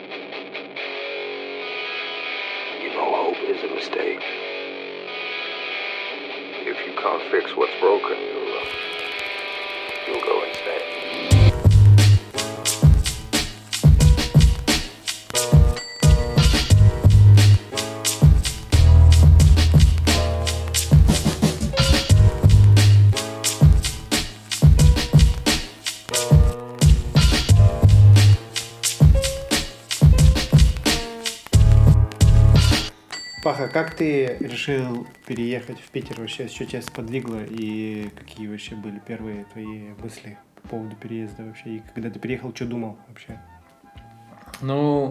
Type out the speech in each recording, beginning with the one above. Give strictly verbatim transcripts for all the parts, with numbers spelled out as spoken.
You know hope is a mistake. If you can't fix what's broken, you'll, uh, you'll go insane. Паха, как ты решил переехать в Питер вообще? Что тебя сподвигло и какие вообще были первые твои мысли по поводу переезда вообще? И когда ты переехал, что думал вообще? Ну,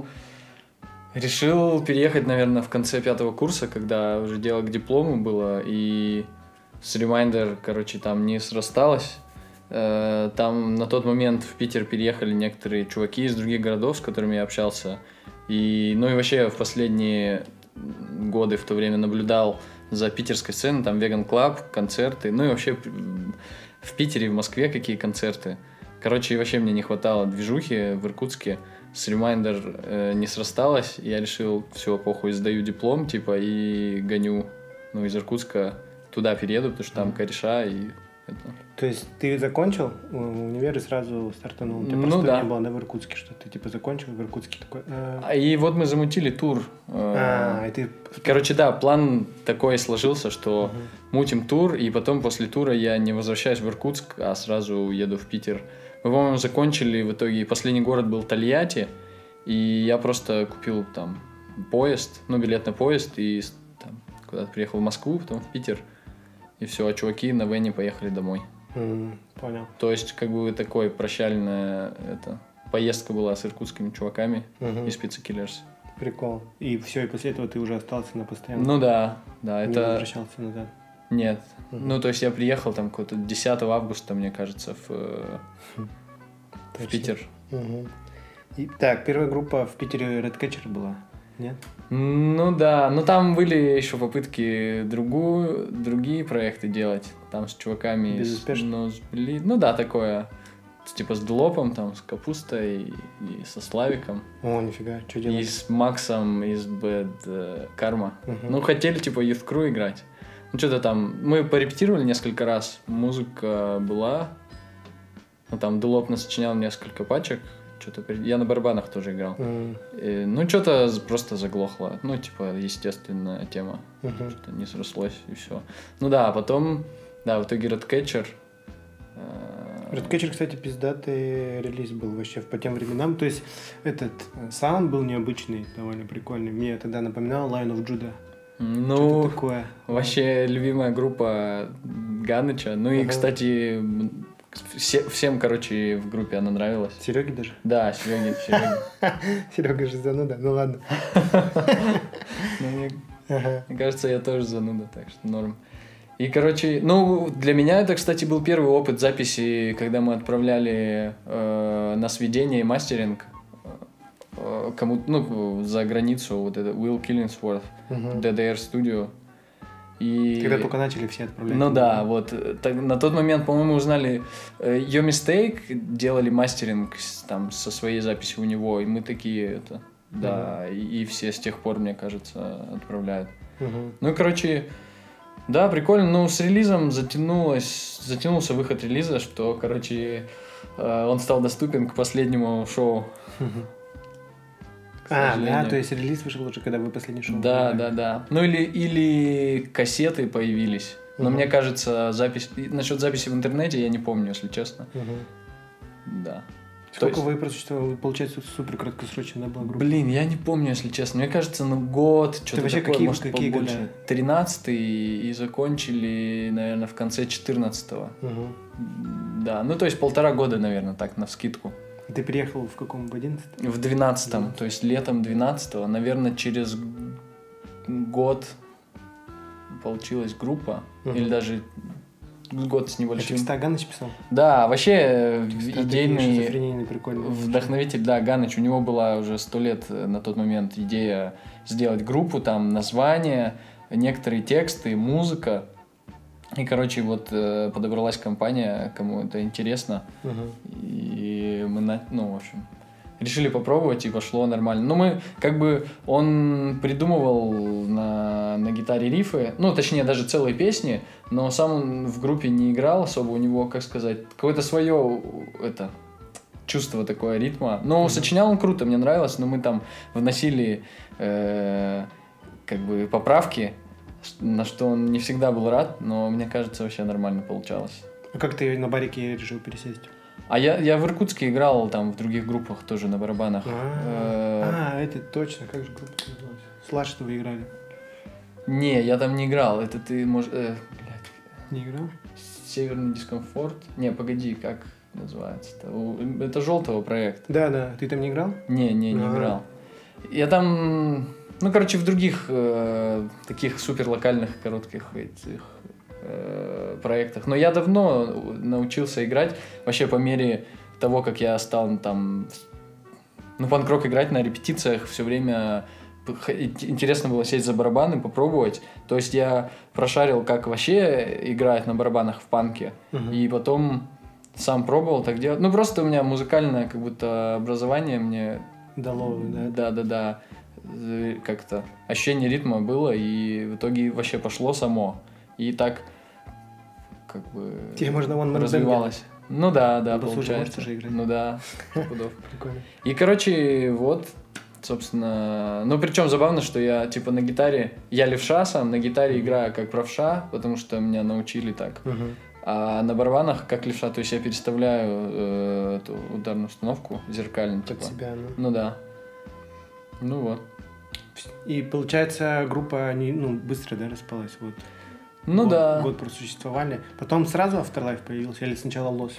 решил переехать, наверное, в конце пятого курса, когда уже дело к диплому было, и с Reminder, короче, там не срасталось. Там на тот момент в Питер переехали некоторые чуваки из других городов, с которыми я общался. И, ну и вообще в последние годы в то время наблюдал за питерской сценой, там Vegan Club, концерты, ну и вообще в Питере, в Москве какие концерты. Короче, вообще мне не хватало движухи в Иркутске, с Reminder э, не срасталось, я решил, все, похуй, сдаю диплом, типа, и гоню, ну, из Иркутска туда перееду, потому что там кореша и это. То есть ты закончил универ и сразу стартанул? У тебя Ну, просто да. не было, да, в Иркутске, что ты типа закончил в Иркутске такой... А, и вот мы замутили тур. А, и ты... Короче, да, план такой сложился, что Угу. мутим тур, и потом после тура я не возвращаюсь в Иркутск, а сразу еду в Питер. Мы, по-моему, закончили в итоге, последний город был Тольятти, и я просто купил там поезд, ну, билет на поезд, и там куда-то приехал в Москву, потом в Питер, и все, а чуваки на вене поехали домой. Mm, понял. То есть, как бы, такой прощальная это, поездка была с иркутскими чуваками Угу. из Pizza Killers. Прикол. И все, и после этого ты уже остался на постоянно? Ну да, да, Не это... возвращался назад? Нет. Угу. Ну, то есть я приехал там какого-то десятого августа, мне кажется, в, в Точно. Питер. Угу. И, так, первая группа в Питере Redcatcher была, нет? Ну да, но там были еще попытки другую, другие проекты делать. Там с чуваками. Безуспешно? С, ну, с, блин, ну да, такое. С, типа с Длопом, там, с Капустой и со Славиком. О, нифига, что И делать? с Максом из Bad Karma. Угу. Ну, хотели, типа, Youth Crew играть. Ну, что-то там... Мы порепетировали несколько раз. Музыка была. Ну, там Длоп насочинял несколько пачек. Что-то... Я на барабанах тоже играл. Mm. И, ну, что-то просто заглохло. Ну, типа, естественная тема. Uh-huh. Что-то не срослось, и все. Ну да, а потом... Да, в итоге Redcatcher... Redcatcher, кстати, пиздатый релиз был вообще по тем временам. То есть этот саунд был необычный, довольно прикольный. Мне тогда напоминал Lion of Judah. Ну, Что-то такое. вообще любимая группа Ганыча. Ну и, Ага. кстати, все, всем, короче, в группе она нравилась. Сереге даже? Да, Сереге, Сереге. Серега же зануда, ну ладно. Ну, мне, Ага. мне кажется, я тоже зануда, так что норм. И, короче, ну, для меня это, кстати, был первый опыт записи, когда мы отправляли э, на сведение и мастеринг э, кому ну, за границу, вот это Will Killingsworth, Угу. ди ди ар Studio. И... Когда только начали все отправлять. Ну да, вот так, на тот момент, по-моему, узнали э, Yo Mistake, делали мастеринг с, там со своей записью у него, и мы такие, это, да, Мгм. и, и все с тех пор, мне кажется, отправляют. Угу. Ну и, короче, да, прикольно, ну с релизом затянулось, затянулся выход релиза, что, короче, э, он стал доступен к последнему шоу. К А, да, сожалению. то есть релиз вышел уже, когда вы последний шоу. Да, были. да, да. Ну или, или кассеты появились. Но Мгм. мне кажется, запись... и насчет записи в интернете я не помню, если честно. Мгм. Да. Сколько есть- вы просуществовали? Получается, супер краткосрочная была группа. Блин, я не помню, если честно. Мне кажется, ну год, что-то вообще такое, какие- может, какие побольше. года? Тринадцатый и закончили, наверное, в конце четырнадцатого. Угу. Да, ну то есть полтора года, наверное, так, навскидку. Ты приехал в каком? В одиннадцатом? В двенадцатом, то есть летом двенадцатого, наверное, через год получилась группа, Мгм. или даже год с А небольшим. текста Ганыч писал? Да, вообще э, Тексты такие идейный шизофренийные, прикольные. вдохновитель, да, Ганыч, у него была уже сто лет э, на тот момент идея сделать группу, там название, некоторые тексты, музыка. И, короче, вот э, подобралась компания, кому это интересно. Мгм. И мы, на- ну, в общем, решили попробовать, и пошло нормально. Но мы, как бы, он придумывал на, на гитаре рифы, ну, точнее, даже целые песни, но сам он в группе не играл особо, у него, как сказать, какое-то свое, это, чувство такое ритма. Но mm-hmm. сочинял он круто, мне нравилось, но мы там вносили, э, как бы, поправки, на что он не всегда был рад, но мне кажется, вообще нормально получалось. А как ты на барике решил пересесть? А я, я в Иркутске играл там в других группах тоже на барабанах. А, а это точно, как же группа называлась? Слаж, что вы играли? Не, я там не играл, это ты, может... Э, не играл? Северный дискомфорт? Не, погоди, как называется-то? Это Желтого проект. Да, да, ты там не играл? Не, не, не А-а-а. играл. Я там, ну, короче, в других э, таких супер локальных коротких этих... проектах. Но я давно научился играть, вообще по мере того, как я стал там, ну, панк-рок играть на репетициях, все время интересно было сесть за барабаны, попробовать. То есть я прошарил, как вообще играть на барабанах в панке, uh-huh. и потом сам пробовал так делать. Ну, просто у меня музыкальное как будто образование мне... Дало, да? Да-да-да. Как-то ощущение ритма было, и в итоге вообще пошло само. И так как бы тебе можно вон развивалось. Ну да, да, ну, получается. Уже играть. Ну да, пудов. Прикольно. И, короче, вот, собственно... Ну, причем забавно, что я, типа, на гитаре... Я левша сам, на гитаре играю как правша, потому что меня научили так. Uh-huh. А на барабанах как левша, то есть я переставляю э, эту ударную установку зеркально. Под типа. себя, ну. Ну да. Ну вот. И, получается, группа не, ну, быстро, да, распалась? Вот. Ну год, да. Год просуществовали. Потом сразу Afterlife появился или сначала Loss?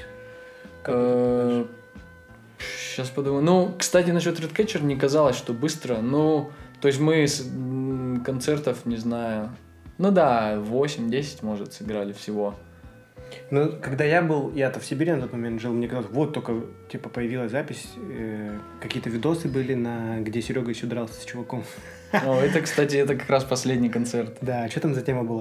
Сейчас подумаю. Ну, кстати, насчет Redcatcher не казалось, что быстро. Ну, то есть мы с концертов, не знаю, ну да, восемь-десять, может, сыграли всего. Ну, когда я был, я-то в Сибири на тот момент жил, мне казалось, вот только, типа, появилась запись, э, какие-то видосы были, на где Серега еще дрался с чуваком. О, это, кстати, это как раз последний концерт. Да, что там за тема была?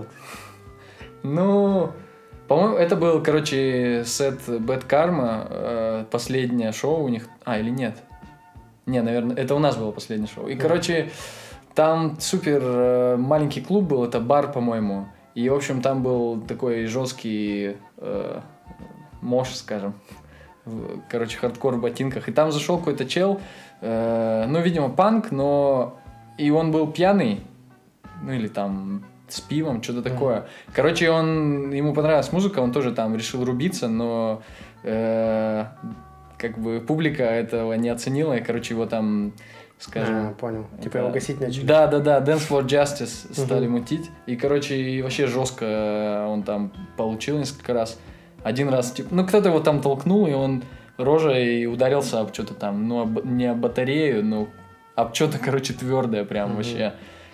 Ну, по-моему, это был, короче, сет Bad Karma, э, последнее шоу у них. А, или нет? Не, наверное, это у нас было последнее шоу. И, короче, там супер э, маленький клуб был, это бар, по-моему. И, в общем, там был такой жесткий э, мош, скажем. Короче, хардкор в ботинках. И там зашел какой-то чел, э, ну, видимо, панк, но... И он был пьяный, ну, или там... с пивом, что-то такое. Короче, он, ему понравилась музыка, он тоже там решил рубиться, но э, как бы публика этого не оценила, и, короче, его там, скажем... А, понял. Это... Типа его гасить начали. Да-да-да, Dance for Justice стали uh-huh. мутить, и, короче, и вообще жестко он там получил несколько раз. Один раз, типа, ну, кто-то его там толкнул, и он рожей ударился об что-то там, ну, об, не об батарею, но об что-то, короче, твердое прям uh-huh. вообще.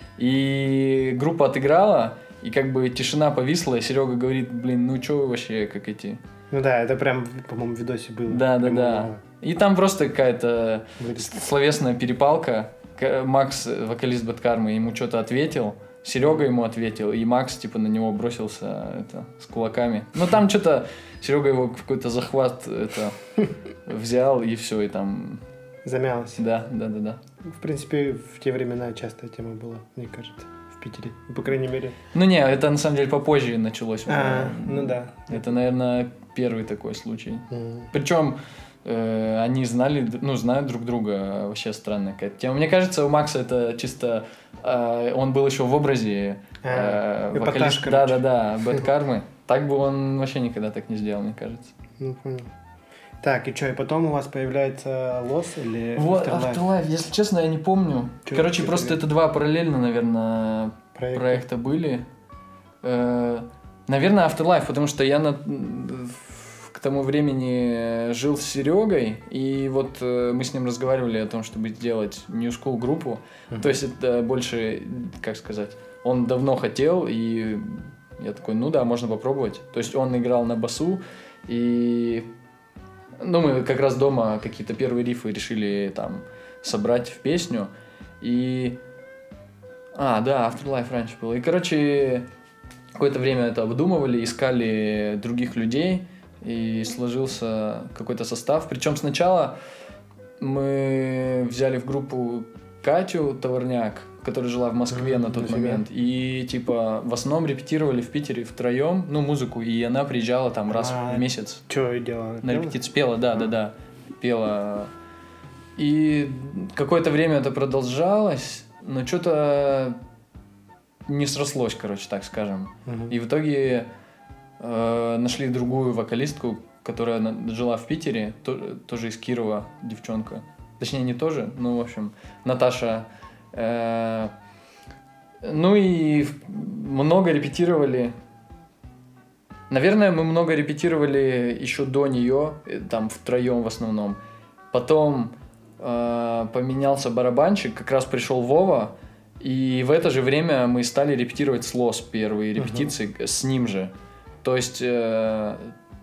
И группа отыграла, и как бы тишина повисла, и Серега говорит, блин, ну чё вы вообще, как эти... Ну да, это прям, по-моему, в видосе было. Да, да, да. И там просто какая-то словесная перепалка. Макс, вокалист Bad Karma, ему что-то ответил, Серега ему ответил, и Макс типа на него бросился это, с кулаками. Ну там что-то Серега его в какой-то захват это, взял, и все, и там... Замялось. Да, да, да, да. В принципе, в те времена частая тема была, мне кажется, в Питере, по крайней мере. Ну не, это на самом деле попозже началось. А, ну да. Это, наверное, первый такой случай. Mm. Причем э, они знали, ну, знают друг друга, вообще странная какая-то тема. Мне кажется, у Макса это чисто, э, он был еще в образе э, а, вокалист, да-да-да, Bad Karma. Так бы он вообще никогда так не сделал, мне кажется. Ну, понял. Так, и что, и потом у вас появляется Loss или вот, Afterlife? Afterlife, если честно, я не помню. Чё, Короче, чё просто это два параллельно, наверное, проекта, проекта были. Э, наверное, Afterlife, потому что я на, к тому времени жил с Серегой, и вот э, мы с ним разговаривали о том, чтобы сделать New School группу. Mm-hmm. То есть это больше, как сказать, он давно хотел, и я такой, ну да, можно попробовать. То есть он играл на басу, и... Ну, мы как раз дома какие-то первые рифы решили там собрать в песню. И... А, да, Afterlife раньше было. И, короче, какое-то время это обдумывали, искали других людей, и сложился какой-то состав. Причем сначала мы взяли в группу Катю Товарняк, которая жила в Москве mm, на тот момент. И, типа, в основном репетировали в Питере втроем, ну, музыку, и она приезжала там раз а, в месяц. Что делала? На репетицию пела, да, а. да, да. Пела. И какое-то время это продолжалось, но что-то не срослось, короче, так скажем. Mm-hmm. И в итоге э, нашли другую вокалистку, которая жила в Питере, то, тоже из Кирова, девчонка. Точнее, не тоже, ну, в общем, Наташа. Э, ну и много репетировали. Наверное, мы много репетировали еще до нее, там втроем в основном. Потом э, поменялся барабанщик, как раз пришел Вова, и в это же время мы стали репетировать с Лос первые репетиции uh-huh. с ним же. То есть... Э,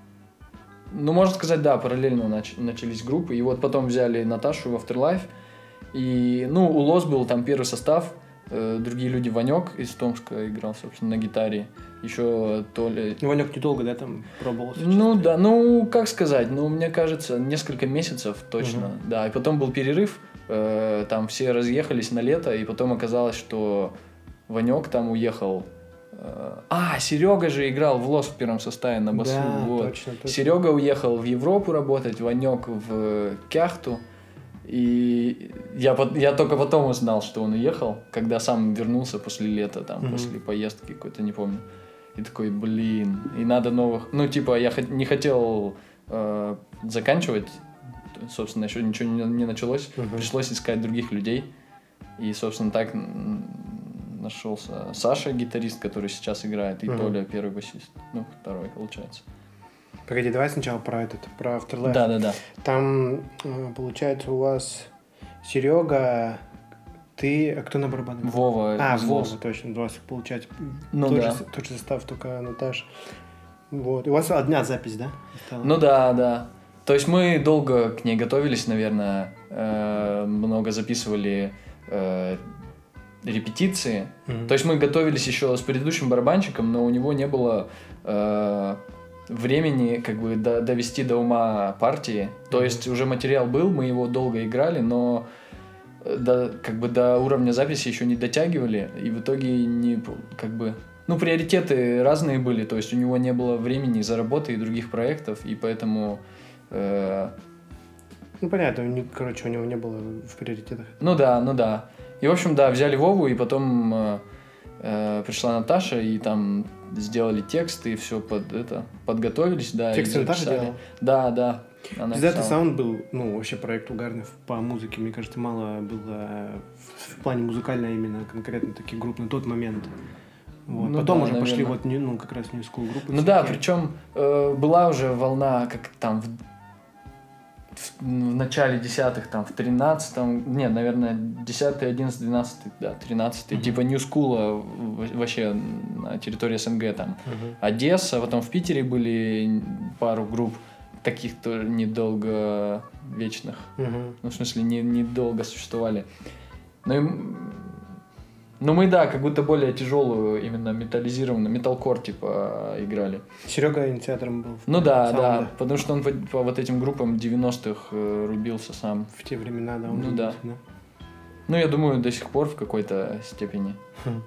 Ну, можно сказать, да, параллельно нач- начались группы. И вот потом взяли Наташу в Afterlife. И, ну, у Лос был там первый состав. Э, другие люди. Ванек из Томска играл, собственно, на гитаре. Еще то ли... Ванек недолго, да, там пробовался? Ну, да, ну, как сказать. Ну, мне кажется, несколько месяцев точно. Uh-huh. Да, и потом был перерыв. Э, там все разъехались на лето. И потом оказалось, что Ванек там уехал... А, Серега же играл в Лос в первом составе на басу. Да, вот. точно, точно. Серега уехал в Европу работать, Ванек в Кяхту. И я, я только потом узнал, что он уехал, когда сам вернулся после лета, там, mm-hmm. после поездки какой-то, не помню. И такой, блин, и надо новых... Ну, типа, я не хотел э, заканчивать, собственно, еще ничего не, не началось. Mm-hmm. Пришлось искать других людей. И, собственно, так... нашелся Саша, гитарист, который сейчас играет, и uh-huh. Толя, первый басист. Ну, второй, получается. Погоди, давай сначала про этот, про Afterlife. Да, да, да. Там, получается, у вас Серега, ты, а кто на барабанах? Вова. А, Вова, точно. У вас, получается, ну, тот, да. же, тот же состав, только Наташа. Вот. У вас одна запись, да? Осталась? Ну да, да. То есть мы долго к ней готовились, наверное, э, много записывали э, репетиции. Mm-hmm. То есть мы готовились еще с предыдущим барабанщиком, но у него не было э, времени как бы до, довести до ума партии. То mm-hmm. есть уже материал был, мы его долго играли, но до, как бы до уровня записи еще не дотягивали, и в итоге не как бы... Ну, приоритеты разные были, то есть у него не было времени за работы и других проектов, и поэтому... Э... Ну, понятно, короче, у него не было в приоритетах. Ну да, ну да. И, в общем, да, взяли Вову, и потом э, э, пришла Наташа, и там сделали тексты, и все под это, подготовились, да. Тексты Наташа делала? Да, да. Она этот саунд был, ну, вообще проект угарный по музыке, мне кажется, мало было в, в плане музыкальной именно конкретно таких групп на тот момент. Вот. Ну, потом да, уже наверное. пошли вот, ну, как раз New School группы. Ну да, причем э, была уже волна, как там... В... В, в начале десятых, там, в тринадцатом, нет, наверное, десятый, одиннадцатый, двенадцатый, да, тринадцатый, mm-hmm. типа New School вообще на территории СНГ, там, mm-hmm. Одесса, потом в Питере были пару групп таких тоже недолго вечных, mm-hmm. ну, в смысле, не, недолго существовали. Ну, и, ну, мы, да, как будто более тяжелую, именно металлизированную, металкор, типа, играли. Серега инициатором был. Ну да, саунд, да, да, потому что он по, по вот этим группам девяностых э, рубился сам. В те времена, да, он Ну рубился, да. да. Ну, я думаю, до сих пор в какой-то степени. Хм.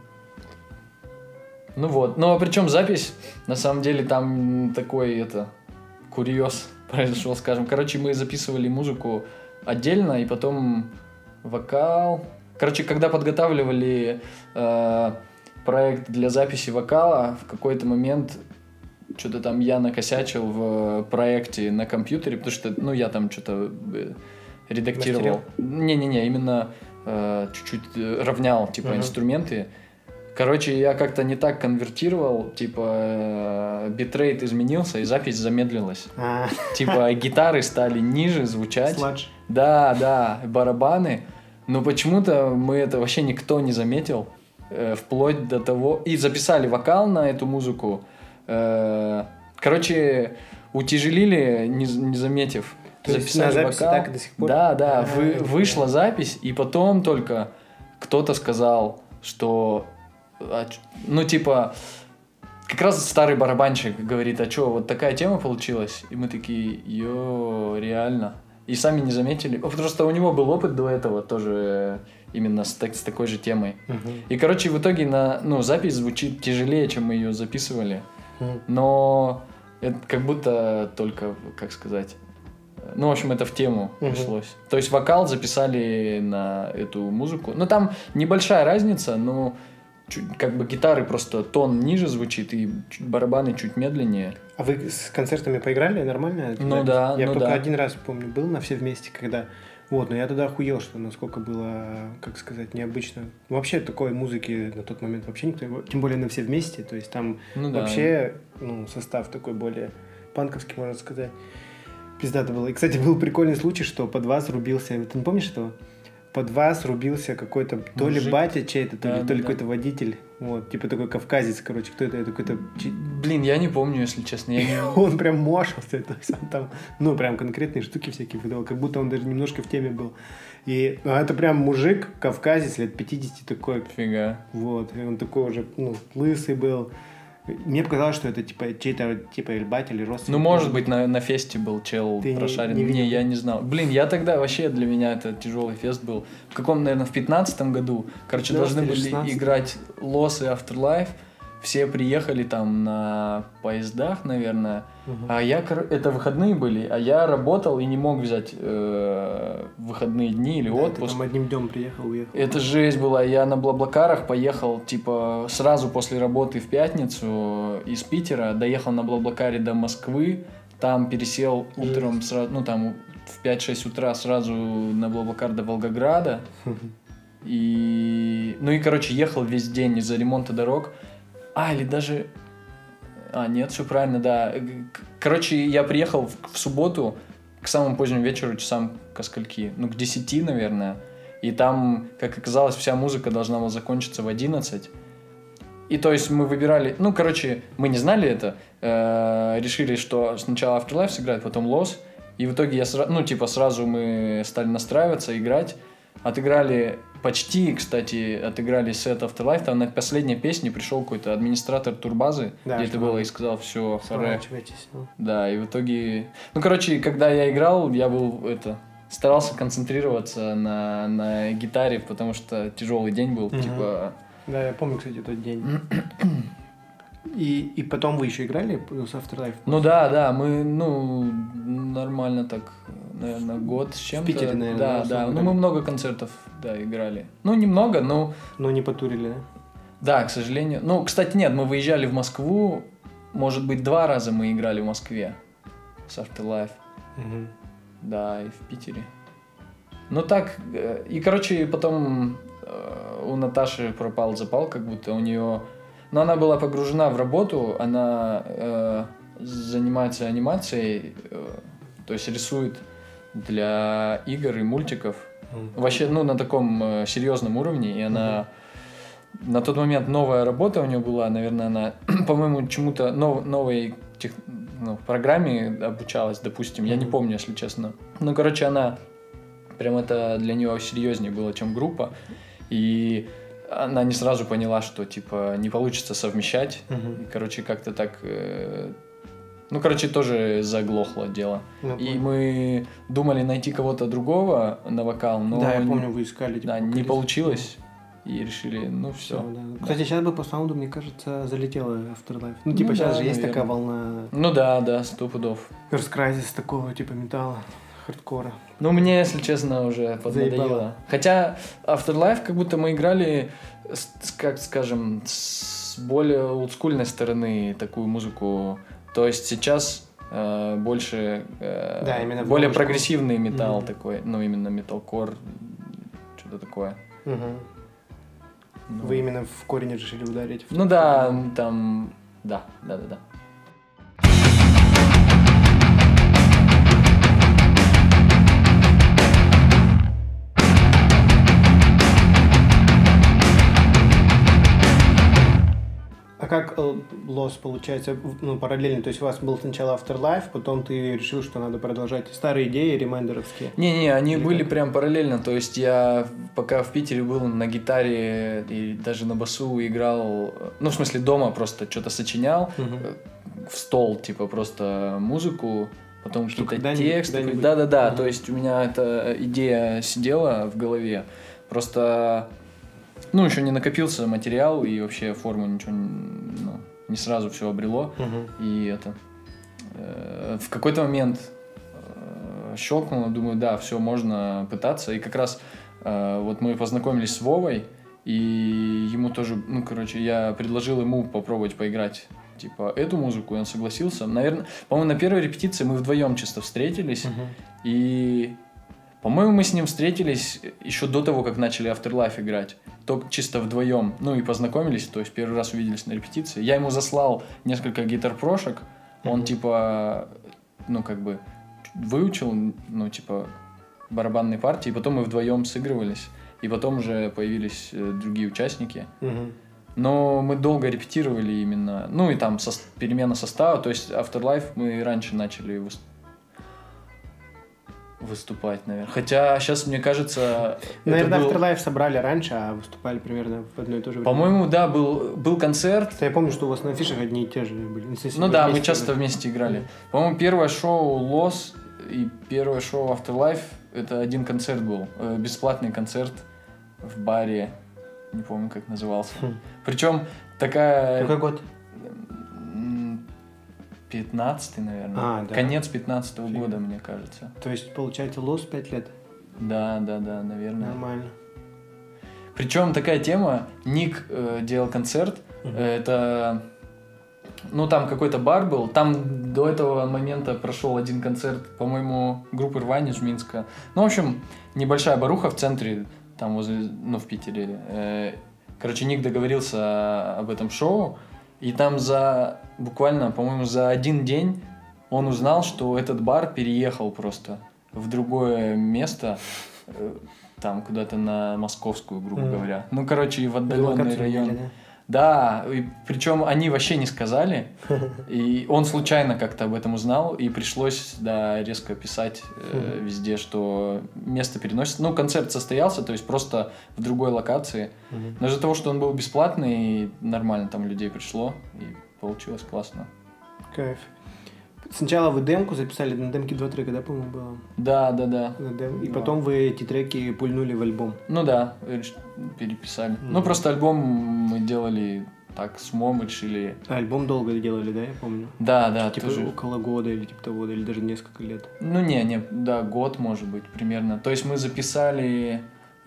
Ну вот, ну, а причем запись, на самом деле, там такой, это, курьез произошел, скажем. Короче, мы записывали музыку отдельно, и потом вокал... Короче, когда подготавливали э, проект для записи вокала, в какой-то момент что-то там я накосячил в проекте на компьютере, потому что, ну, я там что-то редактировал. Не-не-не, именно э, чуть-чуть равнял, типа, uh-huh. инструменты. Короче, я как-то не так конвертировал, типа, э, битрейт изменился, и запись замедлилась. Ah. Типа, гитары стали ниже звучать. Сладж. Да, да, барабаны. Но почему-то мы это вообще никто не заметил, э, вплоть до того... И записали вокал на эту музыку. Э, короче, утяжелили, не, не заметив. То записали есть на записи вокал. так до сих пор? Да, да, А-а-а. вы, вышла запись, и потом только кто-то сказал, что... Ну, типа... Как раз старый барабанщик говорит, а что, вот такая тема получилась? И мы такие, йо, реально... и сами не заметили. Просто у него был опыт до этого тоже именно с, так, с такой же темой. Угу. И, короче, в итоге на, ну, запись звучит тяжелее, чем мы ее записывали. Угу. Но это как будто только, как сказать... Ну, в общем, это в тему угу. пришлось. То есть вокал записали на эту музыку. Ну, там небольшая разница, но чуть, как бы гитары просто тон ниже звучит, и чуть, барабаны чуть медленнее. А вы с концертами поиграли нормально? Ну да, Я ну только да. один раз, помню, был на все вместе, когда... Вот, но я тогда охуел, что насколько было, как сказать, необычно. Вообще такой музыки на тот момент вообще никто... Тем более на все вместе, то есть там ну, да. вообще ну, состав такой более панковский, можно сказать. Пиздато было. И, кстати, был прикольный случай, что под вас рубился... Ты не помнишь этого? Под вас рубился какой-то то ли Мужик. батя чей-то, то Да, ли, да, то ли да. какой-то водитель. Вот, типа такой кавказец, короче. Кто это? Это какой-то... Блин, я не помню, если честно. Я не... Он прям мошился, то есть он там, ну, прям конкретные штуки всякие выдавал, как будто он даже немножко в теме был. И ну, это прям мужик, кавказец, лет пятьдесят такой. Фига. Вот, и он такой уже, ну, лысый был. Мне показалось, что это типа чей-то, типа, или батя, или родственник. Ну, может быть, на, на фесте был чел Ты не- прошаренный. не Не, видел? я не знал. Блин, я тогда вообще, для меня это тяжелый фест был. В каком, наверное, в пятнадцатом году, короче, пятнадцатом должны или были шестнадцатом. играть Loss и Afterlife. Все приехали там на поездах, наверное. Мгм. А я, кор- это выходные были, а я работал и не мог взять э, выходные дни или Да, ты отпуск. там одним днем приехал, уехал. Это жесть была. Я на Блаблакарах поехал, типа, сразу после работы в пятницу из Питера, доехал на Блаблакаре до Москвы, там пересел утром, сразу, ну, там в пять-шесть утра сразу на Блаблакар до Волгограда. И, ну и, короче, ехал весь день из-за ремонта дорог. А, или даже... А, нет, все правильно, да. К- Короче, я приехал в, в субботу к самому позднему вечеру, часам ко скольки? Ну, к десяти, наверное. И там, как оказалось, вся музыка должна была закончиться в одиннадцать. И то есть мы выбирали... Ну, короче, мы не знали это. э, решили, что сначала Afterlife сыграть, потом Loss. И в итоге я сразу... Ну, типа, сразу мы стали настраиваться, играть. Отыграли... Почти, кстати, отыграли сет Afterlife. Там на последней песне пришел какой-то администратор турбазы, Да, где что это было, надо. и сказал, все, харе. Сворачивайтесь. ну. Да, и в итоге... Ну, короче, когда я играл, я был, это... Старался концентрироваться на, на гитаре, потому что тяжелый день был, Мгм. типа... Да, я помню, кстати, тот день. И, и потом вы еще играли плюс Afterlife? Ну да, да, мы, ну, нормально так, наверное, год с чем-то. Питере, наверное, Да, в да, основном ну играли. мы много концертов, да, играли. Ну, немного, но... Но не потурили, да? Да, к сожалению. Ну, кстати, нет, мы выезжали в Москву, может быть, два раза мы играли в Москве с Afterlife. Мгм. Да, и в Питере. Ну так, э, и, короче, потом э, у Наташи пропал запал, как будто у нее... Но она была погружена в работу, она э, занимается анимацией, э, то есть рисует для игр и мультиков. Мгм. Вообще, ну, на таком э, серьезном уровне, и она... На тот момент новая работа у нее была, наверное, она, по-моему, чему-то нов- новой тех- ну, программе обучалась, допустим, я не Мгм. помню, если честно. Ну, короче, она прям это для нее серьезнее было, чем группа, и она не сразу поняла, что типа не получится совмещать, Мгм. и, короче, как-то так, э, ну, короче, тоже заглохло дело. Ну, И понял. мы думали найти кого-то другого на вокал, но Да, я помню, вы искали. типа, да, не вокалиста. получилось. И решили, ну Всё, все. да. Кстати, сейчас бы по саунду, мне кажется, залетела Afterlife. Ну, Ну типа, сейчас да, же есть наверно. такая волна Ну да, да, сто пудов. Earth Crisis, такого типа металла, хардкора. Ну, мне, если честно, уже поднадоело. Заебало. Хотя Afterlife, как будто мы играли, с- с, как скажем, с более олдскульной стороны такую музыку. То есть сейчас э, больше э, Да, именно в более новую школу. прогрессивный металл Мгм. такой, ну, именно металкор, что-то такое. Мгм. Ну, Вы именно в корень решили ударить? Ну да, там, да, да, да, да. А как э, Lost получается, в- ну, параллельно? То есть у вас был сначала Afterlife, потом ты решил, что надо продолжать старые идеи ремайндеровские? Не-не, они Или были как? прям параллельно. То есть я пока в Питере был на гитаре и даже на басу играл, ну, в смысле, дома просто что-то сочинял, Мгм. в стол, типа, просто музыку потом Что какие-то когда-нибудь, тексты. когда-нибудь. Да-да-да, Ага. то есть у меня эта идея сидела в голове. Просто, ну, еще не накопился материал, и вообще форму ничего ну, не сразу все обрело. Угу. И это... э, в какой-то момент э, щелкнуло, думаю, да, все, можно пытаться. И как раз э, вот мы познакомились с Вовой, и ему тоже, ну, короче, я предложил ему попробовать поиграть, типа, эту музыку, и он согласился. Наверное, по-моему, на первой репетиции мы вдвоем чисто встретились, Угу. и, по-моему, мы с ним встретились еще до того, как начали Afterlife играть. Только чисто вдвоем, ну, и познакомились, то есть первый раз увиделись на репетиции. Я ему заслал несколько гитар-прошек, он, Мгм. типа, ну, как бы, выучил, ну, типа, барабанные партии, и потом мы вдвоем сыгрывались, и потом уже появились э, другие участники. Угу. Но мы долго репетировали именно, ну, и там сос- перемена состава, то есть Afterlife мы раньше начали выс- выступать, наверное. Хотя сейчас, мне кажется, Наверное, это был- Afterlife собрали раньше, а выступали примерно в одно и то же время. по-моему, да, был, был концерт. Я помню, что у вас на афишах одни и те же были. Если Ну вы да, мы вместе часто были. вместе играли. По-моему, первое шоу Loss и первое шоу Afterlife это один концерт был. Э, Бесплатный концерт в баре. Не помню, как назывался. Хм. Причем такая... Какой год? м, пятнадцатый, наверное. А, да. Конец пятнадцатого Фиг. года, мне кажется. То есть, получается, лос пять лет? Да, да, да, наверное. Нормально. Причем такая тема. Ник э, делал концерт. Мгм. Э, Это... Ну, там какой-то бар был. Там до этого момента прошел один концерт, по-моему, группы Рвань из Минска. Ну, в общем, небольшая баруха в центре, там возле, ну, в Питере. Э, Короче, Ник договорился об этом шоу, и там за, буквально, по-моему, за один день он узнал, что этот бар переехал просто в другое место, э, там куда-то на Московскую, грубо Мгм. говоря. Ну, короче, и в отдаленный Локацию район. меняли, Да, и причем они вообще не сказали, и он случайно как-то об этом узнал, и пришлось, да, резко писать э, Мгм. везде, что место переносится. Ну, концерт состоялся, то есть просто в другой локации. да? Мгм. Но из-за того, что он был бесплатный, нормально там людей пришло, и получилось классно. Кайф. Сначала вы демку записали, на демке два трека, да, по-моему, было? Да, да, да. На дем- И Да. потом вы эти треки пульнули в альбом. Ну да, реш- переписали. Мгм. Ну, просто альбом мы делали так, с умом решили. А альбом долго делали, да, я помню? Да, да, Типа тоже. около года или типа того, или даже несколько лет. Ну, не, не, да, год, может быть, примерно. То есть мы записали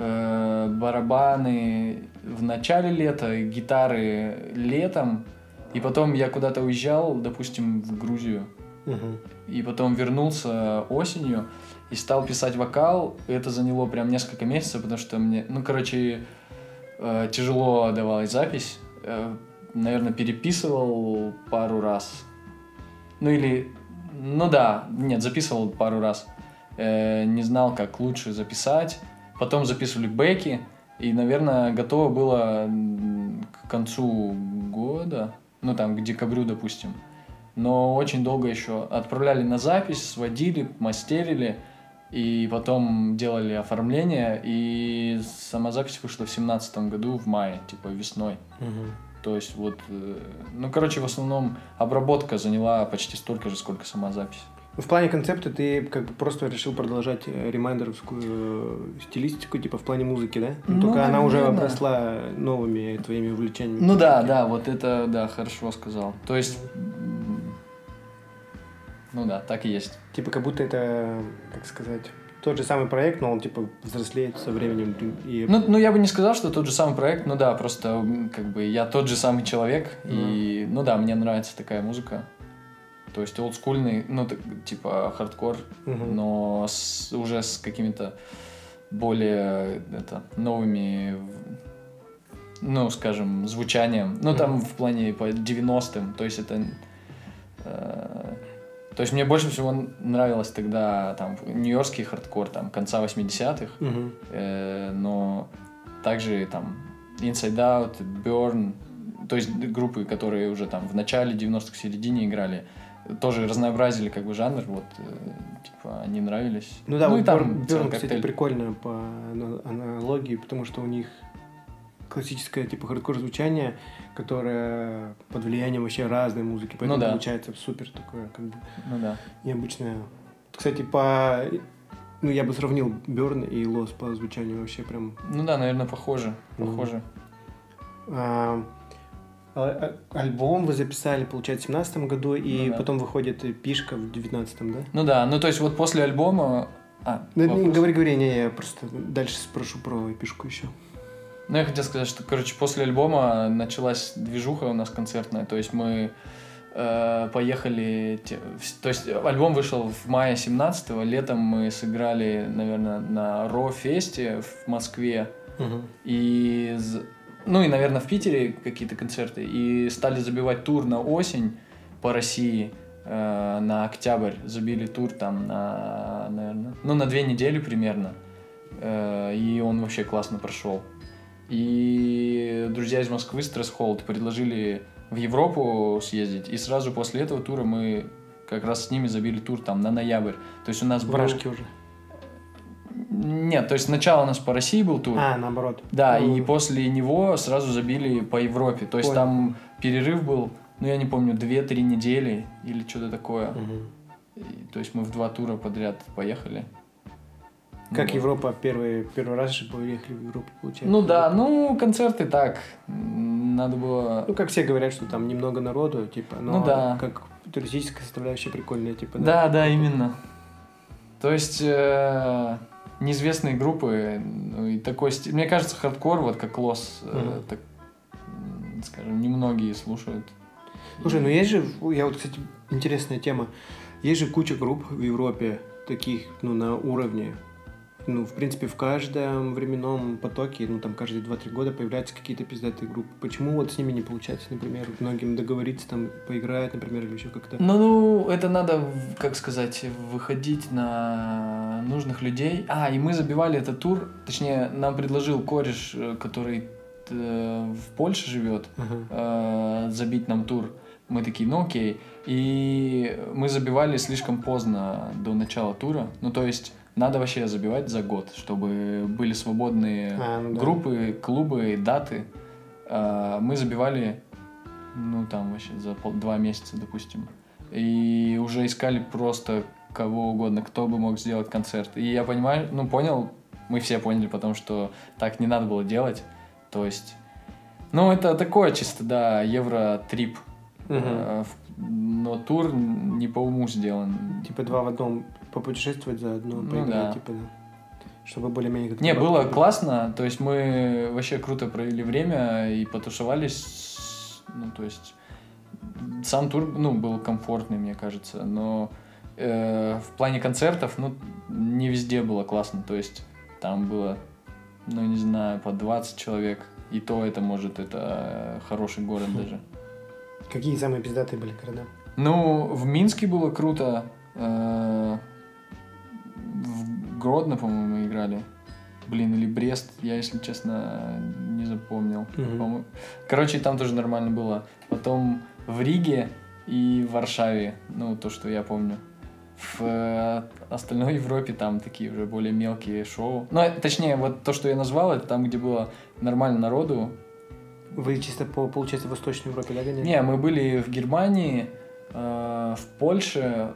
э, барабаны в начале лета, гитары летом, и потом я куда-то уезжал, допустим, в Грузию, Угу. и потом вернулся осенью и стал писать вокал. И это заняло прям несколько месяцев, потому что мне, ну, короче, э, тяжело давалась запись. Э, наверное, переписывал пару раз. Ну или, ну да, нет, записывал пару раз. Э, не знал, как лучше записать. Потом записывали бэки. И, наверное, готово было м, к концу года, ну там, к декабрю, допустим. Но очень долго еще отправляли на запись, сводили, мастерили, и потом делали оформление, и сама запись вышла в семнадцатом году, в мае, типа весной. Угу. То есть вот, э, ну, короче, в основном обработка заняла почти столько же, сколько сама запись. В плане концепта ты как бы просто решил продолжать э, ремайндеровскую э, стилистику, типа в плане музыки, да? Ну, Только она уже наверное. обросла новыми твоими увлечениями. Ну да, да, вот это, да, хорошо сказал. То есть, м, ну да, так и есть. Типа как будто это, как сказать, тот же самый проект, но он типа взрослеет со временем. И... Ну, ну, я бы не сказал, что тот же самый проект, ну да, просто м, как бы я тот же самый человек, и, ну да, мне нравится такая музыка. То есть олдскульный, ну, так, типа хардкор, Мгм. но с- уже с какими-то более это, новыми, в- ну, скажем, звучанием. Ну, там в плане по девяностым, то есть это... э, то есть мне больше всего нравилось тогда там нью-йоркский хардкор, там, конца восьмидесятых, Мгм. э, но также там Inside Out, Burn, то есть группы, которые уже там в начале девяностых, в середине играли, тоже разнообразили как бы жанр, вот, э, типа, они нравились. Ну да, и вот там Burn, целый Burn, кстати, коктейль. прикольно по ана- аналогии, потому что у них классическое, типа, хардкор звучание, которое под влиянием вообще разной музыки, поэтому Ну да. получается супер такое, как бы, Ну да. необычное. Кстати, по... Ну, я бы сравнил Burn и Lost по звучанию вообще прям... Ну да, наверное, похоже. Мгм. Похоже. А, а- а- альбом вы записали, получается, в семнадцатом году, и Ну да. потом выходит «Пишка» в девятнадцатом, да? Ну да, ну то есть вот после альбома... А, Да, не, вопрос? говори, говори, не, я просто дальше спрошу про «Пишку» еще. Ну, я хотел сказать, что, короче, после альбома началась движуха у нас концертная. То есть мы э, поехали... те- в- То есть альбом вышел в мае семнадцатого. Летом мы сыграли, наверное, на Ро-фесте в Москве. И... з- Ну и, наверное, в Питере какие-то концерты. И стали забивать тур на осень по России. э, на октябрь забили тур там на, наверное... Ну, на две недели примерно. Э, и он вообще классно прошел. И друзья из Москвы, Stress Hold, предложили в Европу съездить. И сразу после этого тура мы как раз с ними забили тур там на ноябрь. То есть у нас был... Вражки уже. Нет, то есть сначала у нас по России был тур. А, наоборот. Да, Ну, и после него сразу забили по Европе. То есть Понял. там перерыв был, ну я не помню, две-три недели или что-то такое. мгм. И, то есть мы в два тура подряд поехали. Как Ну, Европа? Первый, первый раз же поехали в Европу, получается. Ну да, ну концерты так. м, Надо было... Ну, как все говорят, что там немного народу, типа, но Ну да. как туристическая составляющая прикольная, типа, Да, да, именно. То есть э, неизвестные группы, ну, и такой стиль. Мне кажется, хардкор, вот как Лос, э, Мгм. так, м, скажем, немногие слушают. Слушай, И- ну есть же, я вот, кстати, интересная тема, есть же куча групп в Европе, таких, ну, на уровне, ну, в принципе, в каждом временном потоке, ну, там, каждые два-три года появляются какие-то пиздатые группы. Почему вот с ними не получается, например, многим договориться, там, поиграть, например, или еще как-то? Ну, ну, это надо, в- как сказать, выходить на нужных людей. А, и мы забивали этот тур, точнее, нам предложил кореш, э, который э, в Польше живет, Ага. э, забить нам тур. Мы такие, ну окей. И мы забивали слишком поздно до начала тура. Ну, то есть, надо вообще забивать за год, чтобы были свободные А, ну да. группы, клубы, даты. А, мы забивали, ну, там вообще за пол- два месяца, допустим. И уже искали просто кого угодно, кто бы мог сделать концерт. И я понимаю, ну, понял, мы все поняли, потому что так не надо было делать. То есть, ну, это такое чисто, да, евро-трип. Мгм. Э, в- Но тур не по уму сделан. Типа два в одном, попутешествовать заодно, Ну поиграть, да. типа, да. Чтобы более-менее как-то... Не, было бабки были. классно, то есть мы вообще круто провели время и потусовались, ну, то есть сам тур, ну, был комфортный, мне кажется, но э, в плане концертов, ну, не везде было классно, то есть там было, ну, не знаю, по двадцать человек, и то это, может, это хороший город даже. Какие самые пиздатые были города? Ну, в Минске было круто. э, В Гродно, по-моему, мы играли. Блин, или Брест, я, если честно, не запомнил. Мгм. По-моему- Короче, там тоже нормально было. Потом в Риге и в Варшаве, ну, то, что я помню. В э, остальной Европе там такие уже более мелкие шоу. Ну, э, точнее, вот то, что я назвал, это там, где было нормально народу. Вы чисто по, получается, в Восточной Европе, да, гоняли? Не, мы были в Германии, э, в Польше.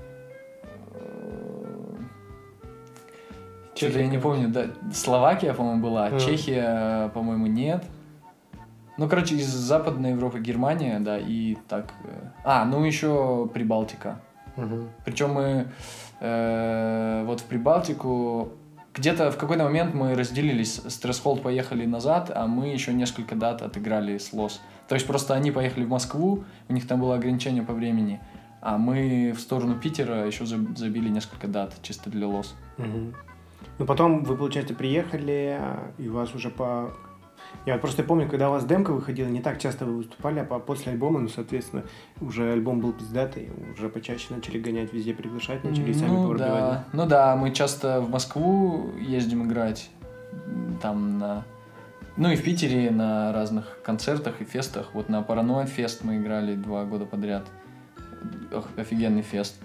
Что-то я не Чехия, помню, да. Словакия, по-моему, была, А. Чехия, по-моему, нет. Ну, короче, из Западной Европы Германия, да, и так. э, А, ну еще Прибалтика. Мгм. Причем мы э, вот в Прибалтику где-то в какой-то момент мы разделились. Stress Hold поехали назад, а мы еще несколько дат отыграли с Лос. То есть просто они поехали в Москву, у них там было ограничение по времени, а мы в сторону Питера еще заб- забили несколько дат чисто для Лос. Мгм. Ну, потом вы, получается, приехали, а, и у вас уже по... Я вот просто помню, когда у вас демка выходила, не так часто вы выступали, а по- после альбома, ну, соответственно, уже альбом был пиздатый, уже почаще начали гонять, везде приглашать, начали и сами ну, пробивать. да. ну да, мы часто в Москву ездим играть, м, там на... Ну и в Питере на разных концертах и фестах. Вот на Параноид фест мы играли два года подряд. Ох, офигенный фест.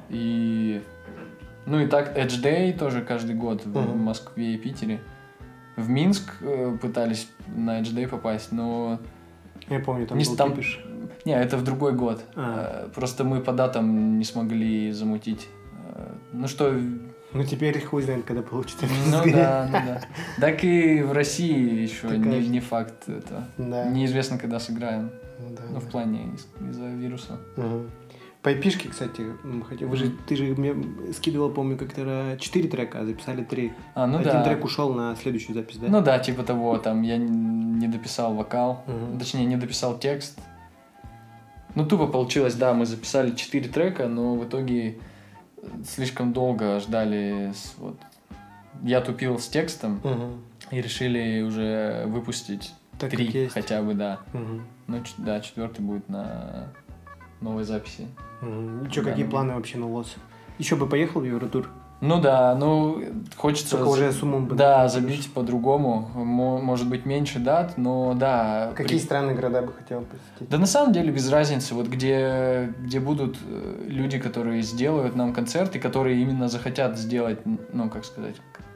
И... Ну и так Edge Day тоже каждый год в Мгм. Москве и Питере. в Минск э, пытались на Edge Day попасть, но... Я помню, там не, был там... кипиш. Не, это в другой год. А. Э, Просто мы по датам не смогли замутить. Э, Ну что... Ну, теперь хуй знает, когда получится. Ну да, ну да. Так и в России еще Такая не, же. не факт это. Да. Неизвестно, когда сыграем. Ну, да, Ну, да. в плане из- из-за вируса. Ага. По эпишке, кстати, м, хотя вы же, ты же мне скидывал, помню, как-то четыре трека, а записали три. А, ну Один да. трек ушел на следующую запись, да? Ну да, типа того, там я н- не дописал вокал, Мгм. точнее, не дописал текст. Ну, тупо получилось, да, мы записали четыре трека, но в итоге слишком долго ждали. с- вот. Я тупил с текстом Мгм. и решили уже выпустить Так как три есть. хотя бы, да. Мгм. Ну, ч- да, четвертый будет на новой записи. Мгм. И что, Да, какие ну. планы вообще на лос? Еще бы поехал в Евротур? Ну да, ну хочется... Только уже с умом бы. Да, забить по-другому. Мо- Может быть, меньше дат, но да. Какие при- страны, города бы хотел посетить? Да на самом деле без разницы. Вот где, где будут э, люди, которые сделают нам концерты, которые именно захотят сделать, ну, как сказать,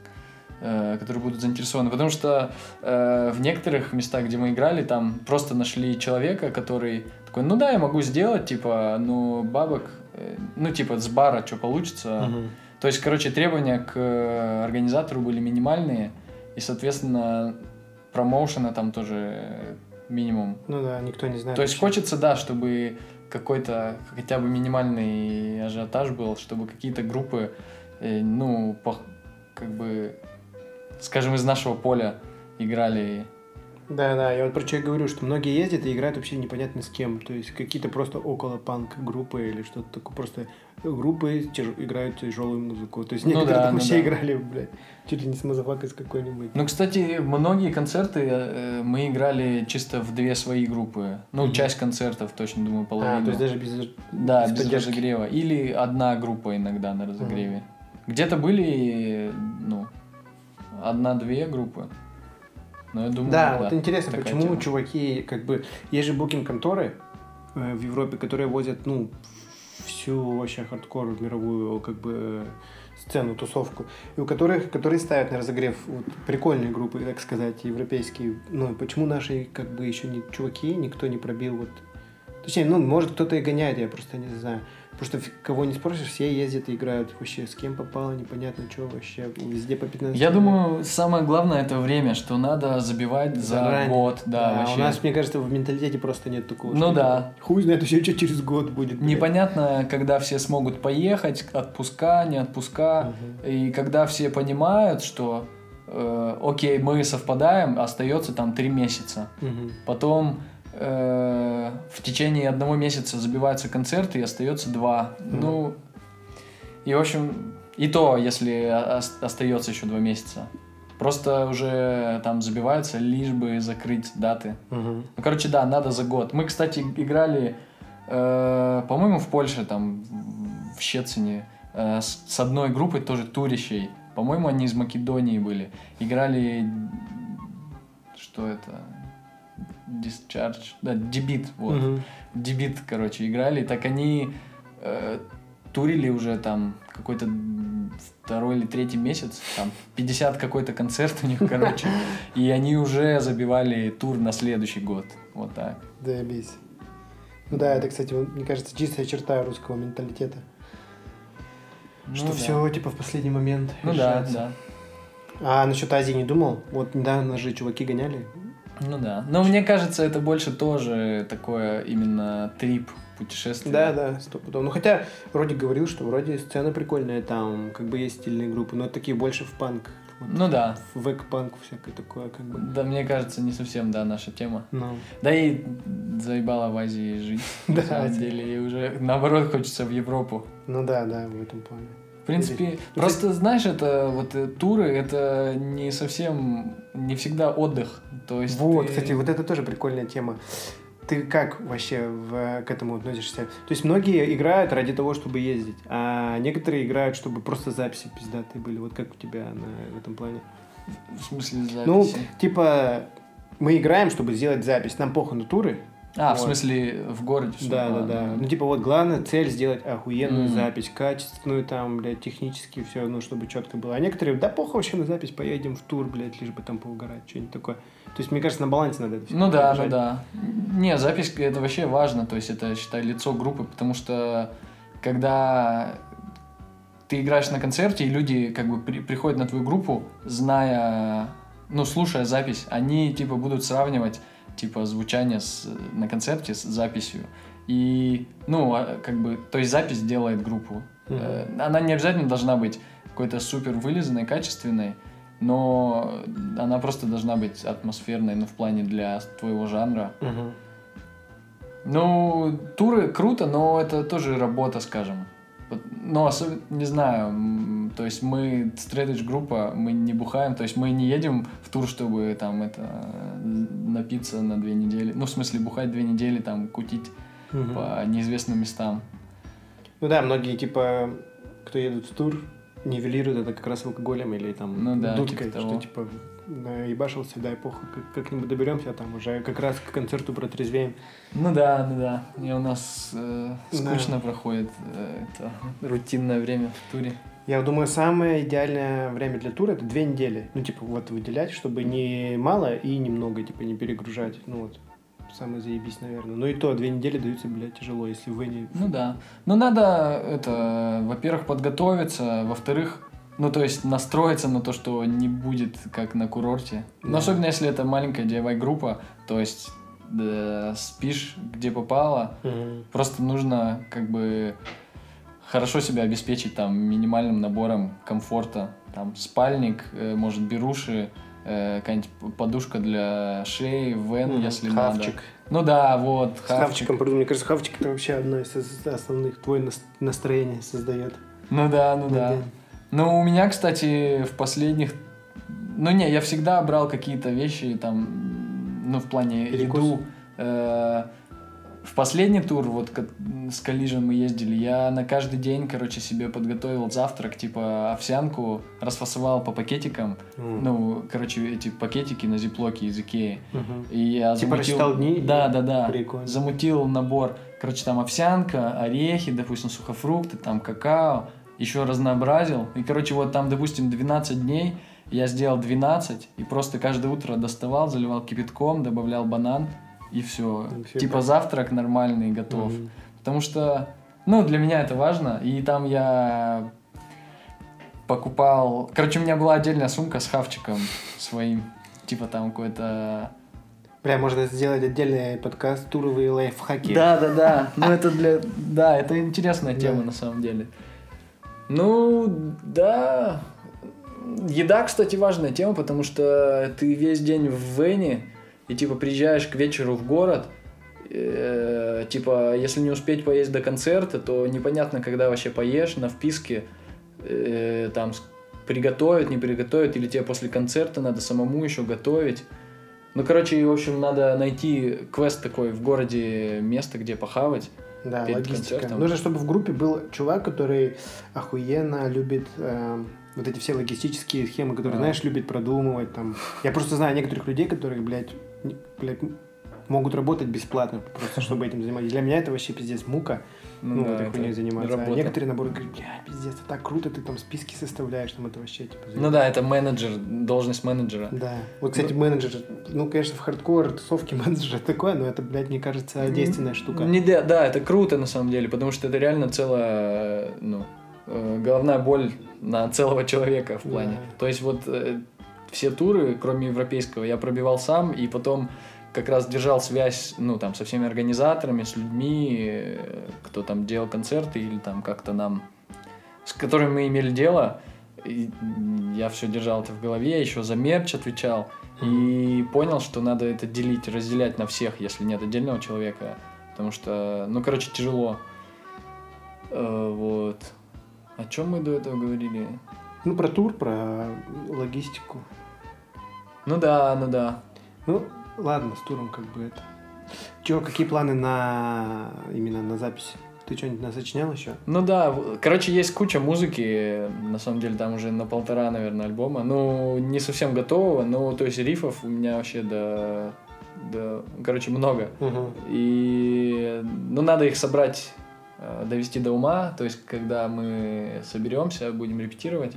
э, которые будут заинтересованы. Потому что э, в некоторых местах, где мы играли, там просто нашли человека, который такой, ну да, я могу сделать, типа, ну, бабок, э, ну, типа, с бара что получится. Мгм. То есть, короче, требования к э, организатору были минимальные, и, соответственно, промоушена там тоже минимум. Ну да, никто не знает. То есть вообще. хочется, да, чтобы какой-то хотя бы минимальный ажиотаж был, чтобы какие-то группы, э, ну, по- как бы, скажем, из нашего поля играли. Да, да, я вот про что я говорю, что многие ездят и играют вообще непонятно с кем. То есть какие-то просто около панк группы или что-то такое. Просто группы тяж- играют тяжелую музыку. То есть Ну некоторые да, там ну вообще да. играли, блядь, чуть ли не с мазафакой с какой-нибудь. Ну, кстати, многие концерты э, мы играли чисто в две свои группы. Ну, Мгм. часть концертов, точно, думаю, половину. А, то есть даже без... Да, без без, поддержки. разогрева. Или одна группа иногда на разогреве. Где-то были, ну, одна-две группы. Но я думаю, Да, вот интересно, такая почему тема. чуваки, как бы, есть же букинг-конторы э, в Европе, которые возят, ну, всю вообще хардкор мировую, как бы, сцену, тусовку, и у которых, которые ставят на разогрев вот, прикольные группы, так сказать, европейские. Ну, почему наши, как бы, еще не чуваки, никто не пробил, вот, точнее, ну, может, кто-то и гоняет, я просто не знаю. Просто ф- кого не спросишь, все ездят и играют. Вообще, с кем попало, непонятно, что вообще. Везде по пятнадцать. Я лет. думаю, самое главное это время, что надо забивать за Заранее. год. Да, Да, вообще. у нас, мне кажется, в менталитете просто нет такого. Ну что, да. типа, хуй знает еще, что через год будет. блядь. Непонятно, когда все смогут поехать, отпуска, не отпуска. Мгм. И когда все понимают, что э, окей, мы совпадаем, остается там три месяца. Мгм. Потом э, в течение одного месяца забиваются концерты, и остается два. Мгм. Ну, и в общем, и то, если ос- остается еще два месяца. Просто уже там забиваются, лишь бы закрыть даты. Мгм. Ну, короче, да, надо за год. Мы, кстати, играли, э, по-моему, в Польше, там, в Щецине, э, с, с одной группой, тоже турящей. По-моему, они из Македонии были. Играли... Что это? Discharge. Да, Дебит, вот. Мгм. Дебит, короче, играли. Так они э, турили уже там какой-то второй или третий месяц. Там пятьдесят какой-то концерт у них, короче. И они уже забивали тур на следующий год. Вот так. Заебись. Ну да, это, кстати, вот, мне кажется, чистая черта русского менталитета. Ну что да. все, типа, в последний момент Ну да, решается. да. А насчет Азии не думал? Вот недавно же чуваки гоняли. Ну да. Но мне кажется, это больше тоже такое именно трип путешествие. Да, да, стопудово. Ну, хотя, вроде говорил, что вроде сцена прикольная, там, как бы есть стильные группы, но такие больше в панк. Вот, Ну да. в вэк-панк всякое такое, как бы. Да, мне кажется, не совсем, да, наша тема. Ну, Да и заебало в Азии жить. На Да, самом деле, и уже наоборот хочется в Европу. ну да, да, в этом плане. В принципе, Или- просто, знаешь, это вот э, туры, это не совсем, не всегда отдых. То есть Вот, ты- кстати, вот это тоже прикольная тема. Ты как вообще в, к этому относишься? То есть многие играют ради того, чтобы ездить, а некоторые играют, чтобы просто записи пиздатые были. Вот как у тебя на, в этом плане? В смысле записи? Ну, типа, мы играем, чтобы сделать запись. Нам похуй на туры, А, Вот. в смысле, в городе? что ли? Да, да, А, да. ну, Ну, типа, вот главная цель сделать охуенную Мгм. запись, качественную, там, блядь, технически все, ну, чтобы четко было. А некоторые, да похуй вообще на запись, поедем в тур, блядь, лишь бы там поугарать, что-нибудь такое. То есть, мне кажется, на балансе надо это всё Ну да, ну держать. да. Не, запись это вообще важно, то есть это, считай, лицо группы, потому что когда ты играешь на концерте, и люди как бы при- приходят на твою группу, зная, ну, слушая запись, они типа будут сравнивать типа звучание с, на концерте с записью. И, ну, а, как бы, то есть запись делает группу. Мгм. Э, Она не обязательно должна быть какой-то супер вылизанной, качественной, но она просто должна быть атмосферной, ну, в плане для твоего жанра. Мгм. Ну, туры круто, но это тоже работа, скажем. Вот, но особенно, не знаю, м, то есть мы стрейт группа, мы не бухаем, то есть мы не едем в тур, чтобы там это э, напиться на две недели. Ну, в смысле, бухать две недели, там, кутить Мгм. по неизвестным местам. Ну да, многие, типа, кто едут в тур, нивелируют это как раз алкоголем или там Ну да, дудкой, типа что того. типа ебашился, дай похуй, как- как-нибудь доберемся, а там уже как раз к концерту протрезвеем. Ну да, ну да. И у нас э, Да. скучно проходит э, это рутинное время в туре. Я думаю, самое идеальное время для тура — это две недели. Ну, типа, вот выделять, чтобы не мало и немного, типа, не перегружать. Ну, вот, самое заебись, наверное. Ну, и то, две недели даются, блядь, тяжело, если вы не... Ну да. Ну надо, это, во-первых, подготовиться, во-вторых, ну то есть настроиться на то, что не будет как на курорте. Но Да. особенно если это маленькая ди ай вай-группа, то есть да, спишь где попало, Мгм. просто нужно как бы хорошо себя обеспечить там минимальным набором комфорта. Там спальник, э, может беруши, э, какая-нибудь подушка для шеи, вен, Мгм. если Хавчик. надо. Ну да, вот, С хавчик. хавчиком, пардон, мне кажется, хавчик — это вообще одно из из основных, твое нас- настроение создает. Ну да, ну на да. день. Ну, у меня, кстати, в последних... Ну, не, я всегда брал какие-то вещи, там, ну, в плане Перекус. еду. Э, В последний тур, вот как с Collision мы ездили, я на каждый день, короче, себе подготовил завтрак, типа овсянку, расфасовал по пакетикам. М. Ну, короче, эти пакетики на зиплоке из Икеи. Мгм. И я Типа замутил... рассчитал дни? Да, да, да. Прикольно. Замутил набор. Короче, там овсянка, орехи, допустим, сухофрукты, там какао. Еще разнообразил. И, короче, вот там, допустим, двенадцать дней. Я сделал двенадцать. И просто каждое утро доставал, заливал кипятком, добавлял банан. И все. И всё, Типа да. завтрак нормальный готов. Мгм. Потому что, ну, для меня это важно. И там я покупал... Короче, у меня была отдельная сумка с хавчиком своим. Типа там какой-то... Бля, можно сделать отдельный подкаст «Туровые лайфхаки». Да, да, да. Ну, это для... Да, это интересная тема, Да. на самом деле. Ну, да. Еда, кстати, важная тема, потому что ты весь день в вене, и, типа, приезжаешь к вечеру в город, э, типа, если не успеть поесть до концерта, то непонятно, когда вообще поешь, на вписке, э, там, с- приготовят, не приготовят, или тебе после концерта надо самому еще готовить. Ну, короче, в общем, надо найти квест такой в городе, место, где похавать. Да, Перед логистика. концертом. Нужно, чтобы в группе был чувак, который охуенно любит э, вот эти все логистические схемы, которые, А. знаешь, любит продумывать. Там. Я просто знаю некоторых людей, которые, блядь, не- блядь, могут работать бесплатно, просто чтобы этим заниматься. Для меня это вообще пиздец мука. Ну, да, этой это хуйней заниматься. А работа. некоторые, наоборот, говорят, бля, пиздец, это так круто, ты там списки составляешь, там это вообще, типа, Ну да, это менеджер, должность менеджера. Да. Вот, кстати, менеджер, ну, конечно, в хардкор тусовке менеджер такое, но это, блядь, мне кажется, действенная штука. Не, да, да, это круто на самом деле, потому что это реально целая, ну, э, головная боль на целого человека в плане. Да. То есть вот э, все туры, кроме европейского, я пробивал сам, и потом как раз держал связь, ну, там, со всеми организаторами, с людьми, э, кто там делал концерты или там как-то нам, с которыми мы имели дело. И я все держал это в голове, еще за мерч отвечал. И понял, что надо это делить, разделять на всех, если нет отдельного человека. Потому что, ну, короче, тяжело. Э, вот. О чем мы до этого говорили? Ну, про тур, про логистику. Ну да, ну да. Ну, ладно, с туром как бы это. Че, какие планы на именно на запись? Ты что-нибудь насочинял еще? Ну да, в- короче, есть куча музыки, на самом деле там уже на полтора, наверное, альбома. Ну, не совсем готового, но то есть рифов у меня вообще до, да, короче, много. Угу. И, ну, надо их собрать, довести до ума, то есть, когда мы соберемся, будем репетировать,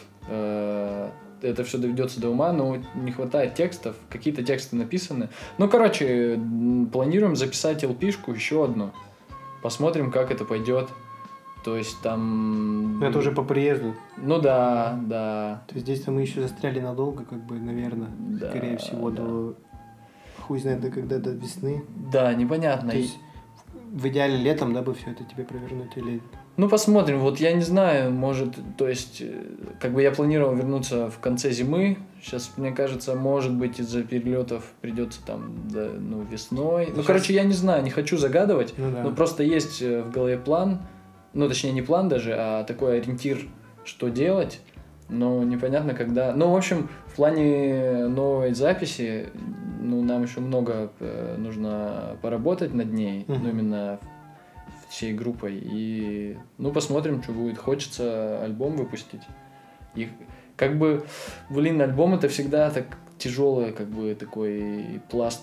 это все доведется до ума, но не хватает текстов, какие-то тексты написаны. Ну, короче, планируем записать эл пи-шку еще одну, посмотрим, как это пойдет. То есть там... Это уже по приезду. Ну да, да. То есть здесь-то мы еще застряли надолго, как бы, наверное, да, скорее всего, да. до... Хуй знает, до когда, до весны. Да, непонятно. То есть в идеале летом, да, бы все это тебе провернуть или... Ну, посмотрим. Вот я не знаю, может, то есть, как бы я планировал вернуться в конце зимы. Сейчас, мне кажется, может быть, из-за перелетов придется там, да, ну, весной. Ну, Сейчас... короче, я не знаю, не хочу загадывать, ну, да. но просто есть в голове план, ну, точнее, не план даже, а такой ориентир, что делать, но непонятно, когда. Ну, в общем, в плане новой записи, ну, нам еще много нужно поработать над ней, uh-huh. ну, именно всей группой. И, ну, посмотрим, что будет. Хочется альбом выпустить. И, как бы, блин, альбом это всегда так тяжелый, как бы, такой пласт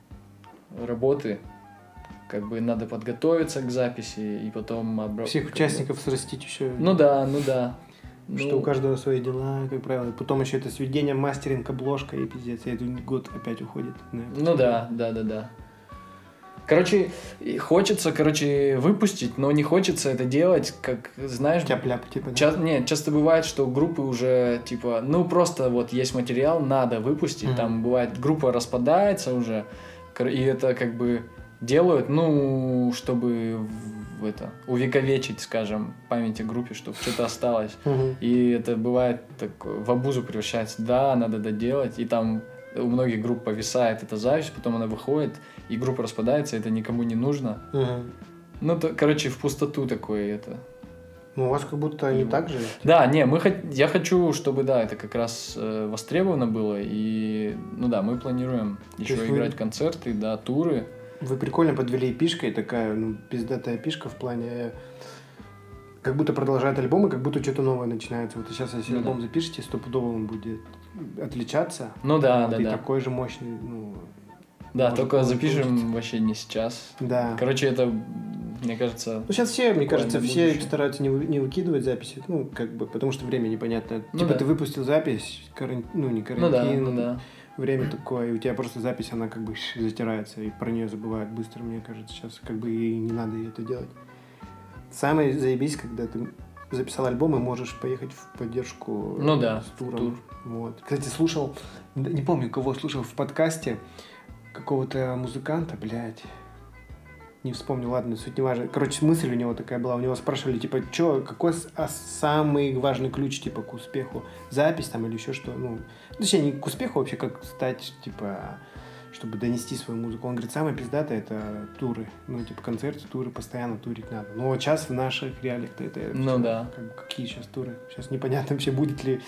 работы. Как бы надо подготовиться к записи и потом... Обра... Всех участников срастить еще. Ну да, ну да. Что ну... у каждого свои дела, как правило. Потом еще это сведение, мастеринг, обложка и пиздец. И этот год опять уходит. Ну да, да, да, да. Короче, хочется, короче, выпустить, но не хочется это делать, как, знаешь... Тяп-ляп, типа, да? Ча- нет, часто бывает, что группы уже, типа, ну, просто вот есть материал, надо выпустить. Mm-hmm. Там бывает, группа распадается уже, и это как бы делают, ну, чтобы в, в это, увековечить, скажем, память о группе, чтобы что-то осталось. Mm-hmm. И это бывает так, в обузу превращается. Да, надо доделать, и там... У многих групп повисает эта запись, потом она выходит, и группа распадается, это никому не нужно. Угу. Ну, то, короче, в пустоту такое это. Ну, у вас как будто не так же. Да, не, мы хот... я хочу, чтобы, да, это как раз э, востребовано было, и, ну да, мы планируем еще играть вы... концерты, да, туры. Вы прикольно подвели эпишкой, такая, ну, пиздатая эпишка в плане... Как будто продолжает альбомы, как будто что-то новое начинается. Вот сейчас, если ну, альбом да. запишете, стопудово он будет отличаться. Ну да, вот, да, и да. такой же мощный, ну... Да, только запишем получится. Вообще не сейчас. Да. Короче, это, мне кажется... Ну, сейчас все, мне кажется, все будущее. стараются не, вы, не выкидывать записи, ну, как бы, потому что время непонятно. Ну, типа, да. ты выпустил запись, каран... ну, не карантин, ну, да, ну, да. время такое, и у тебя просто запись, она как бы затирается, и про нее забывают быстро, мне кажется, сейчас как бы и не надо это делать. Самое заебись, когда ты записал альбом и можешь поехать в поддержку ну, да, с туром. Тур. Вот. Кстати, слушал, не помню, кого слушал в подкасте, какого-то музыканта, блядь, не вспомню, ладно, суть не важна. Короче, мысль у него такая была, у него спрашивали, типа, чё, какой а самый важный ключ, типа, к успеху? Запись там или еще что? Ну, точнее, не к успеху вообще, как стать, типа... чтобы донести свою музыку. Он говорит, самое пиздатое это туры. Ну, типа, концерты, туры, постоянно турить надо. Но вот сейчас в наших реалиях-то это... Ну, все, да. Как бы, какие сейчас туры? Сейчас непонятно вообще, будет ли...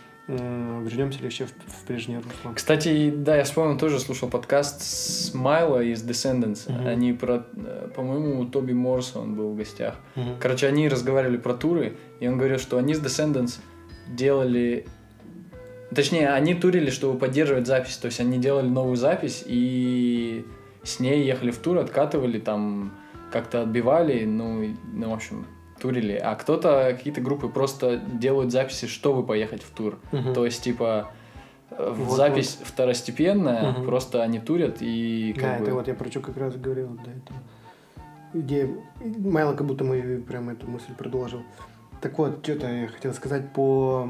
Э, вернемся ли еще в, в прежнее русло. Кстати, да, я вспомнил, тоже слушал подкаст с Майло из Descendants. Uh-huh. Они про... По-моему, Тоби Морс он был в гостях. Uh-huh. Короче, они разговаривали про туры, и он говорил, что они с Descendants делали... Точнее, они турили, чтобы поддерживать запись. То есть они делали новую запись и с ней ехали в тур, откатывали, там как-то отбивали, ну, ну, в общем, турили. А кто-то, какие-то группы просто делают записи, чтобы поехать в тур. Uh-huh. То есть, типа, вот, запись вот. второстепенная, uh-huh. просто они турят и как да, бы... это вот я про что как раз говорил до этого. Идея... Майло как будто мы прям эту мысль продолжил. Так вот, что-то я хотел сказать по...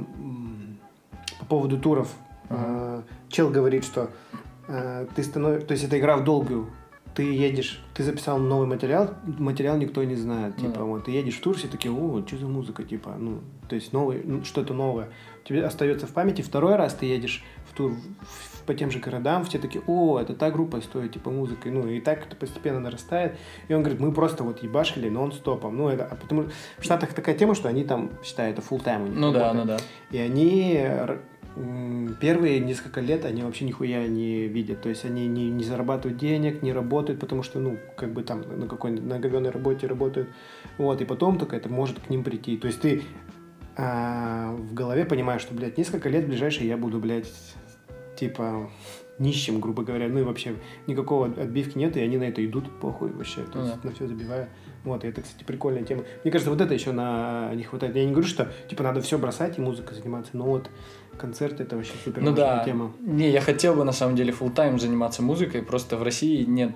По поводу туров. Uh-huh. Чел говорит, что э, ты становишься... То есть это игра в долгую. Ты едешь, ты записал новый материал, материал никто не знает. Типа, uh-huh. вот, ты едешь в тур, все такие, о, что за музыка, типа, ну, то есть новый, ну, что-то новое. Тебе остается в памяти. Второй раз ты едешь в тур в, в, по тем же городам, все такие, о, это та группа стоит, типа, музыкой. Ну, и так это постепенно нарастает. И он говорит, мы просто вот ебашили нон-стопом. Ну, это, а потому в Штатах такая тема, что они там считают это full-time. Ну да, ну да. И они... Первые несколько лет они вообще нихуя не видят, то есть они не, не зарабатывают денег, не работают, потому что, ну, как бы там на какой-нибудь на говёной работе работают, вот, и потом только это может к ним прийти, то есть ты а, в голове понимаешь, что, блядь, несколько лет ближайшие я буду, блядь, типа, нищим, грубо говоря. Ну и вообще никакого отбивки нет, и они на это идут, похуй вообще. То есть да. на все забивают. Вот, и это, кстати, прикольная тема. Мне кажется, вот это еще на не хватает. Я не говорю, что, типа, надо все бросать и музыкой заниматься, но вот концерты — это вообще супер Ну важная да. тема. Не, я хотел бы, на самом деле, фулл-тайм заниматься музыкой, просто в России нет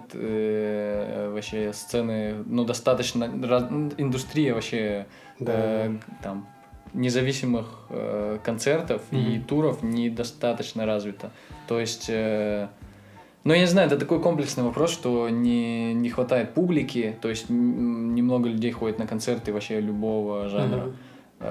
э, вообще сцены, ну, достаточно, раз, индустрия вообще, Да. э, там, независимых э, концертов Mm-hmm. и туров недостаточно развита. То есть, э, ну, я не знаю, это такой комплексный вопрос, что не, не хватает публики, то есть м, немного людей ходит на концерты вообще любого жанра. Mm-hmm.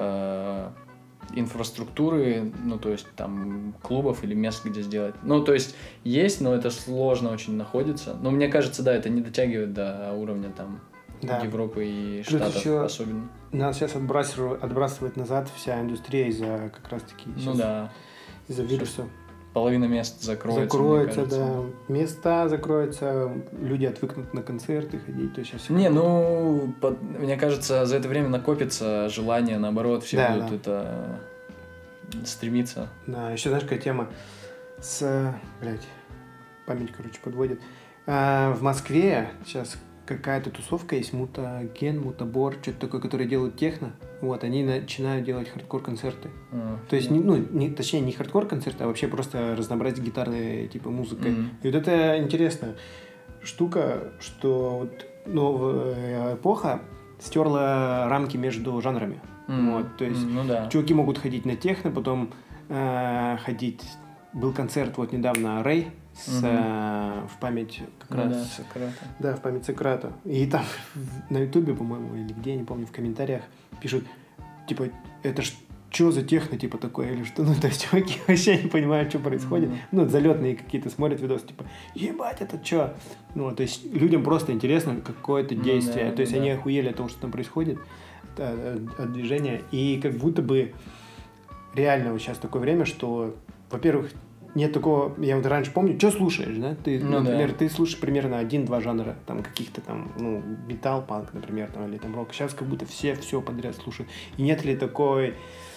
Э, инфраструктуры, ну, то есть, там, клубов или мест, где сделать. Ну, то есть, есть, но это сложно очень находится. Но мне кажется, да, это не дотягивает до уровня, там, Да. Европы и Плюс Штатов еще особенно. Нас сейчас отбрасывает, отбрасывает назад вся индустрия из-за как раз-таки Ну сейчас, да, из-за вируса. половина мест закроется, Закроется, мне кажется. да. Места закроются, люди отвыкнут на концерты ходить. То есть сейчас Не, ну, под- мне кажется, за это время накопится желание, наоборот, все Да, будут да. это стремиться. Да, еще знаешь, какая тема с... Блядь, память, короче, подводит. А, в Москве сейчас какая-то тусовка есть, Мутаген, Мутабор, что-то такое, которые делают техно. Вот, они начинают делать хардкор-концерты. А, То есть, не, ну, не, точнее, не хардкор-концерты, а вообще просто разнообразить гитарной типа музыкой. Мгм. И вот это интересная штука, что вот новая эпоха стерла рамки между жанрами. М, Вот, то есть м, ну да. чуваки могут ходить на техно, потом э, ходить... Был концерт вот недавно Рэй с, Мгм. э, в память как Ну да, раз... Сократа. Да, в память Сократа. И там на Ютубе, по-моему, или где, я не помню, в комментариях пишут, типа, это ж что за техно, типа, такое, или что? Ну, то есть чуваки вообще не понимают, что происходит. Мгм. Ну, залетные какие-то смотрят видосы, типа, ебать, это что? Ну, то есть людям просто интересно какое-то Ну действие. да, то есть ну они да. охуели от того, что там происходит, от, от движения. И как будто бы реально вот сейчас такое время, что, во-первых, нет такого, я вот раньше помню, что слушаешь, да? Ты, Ну например, да. ты слушаешь примерно один-два жанра, там, каких-то там, ну, металл, панк, например, там, или там рок. Сейчас как будто все все подряд слушают. И нет ли такой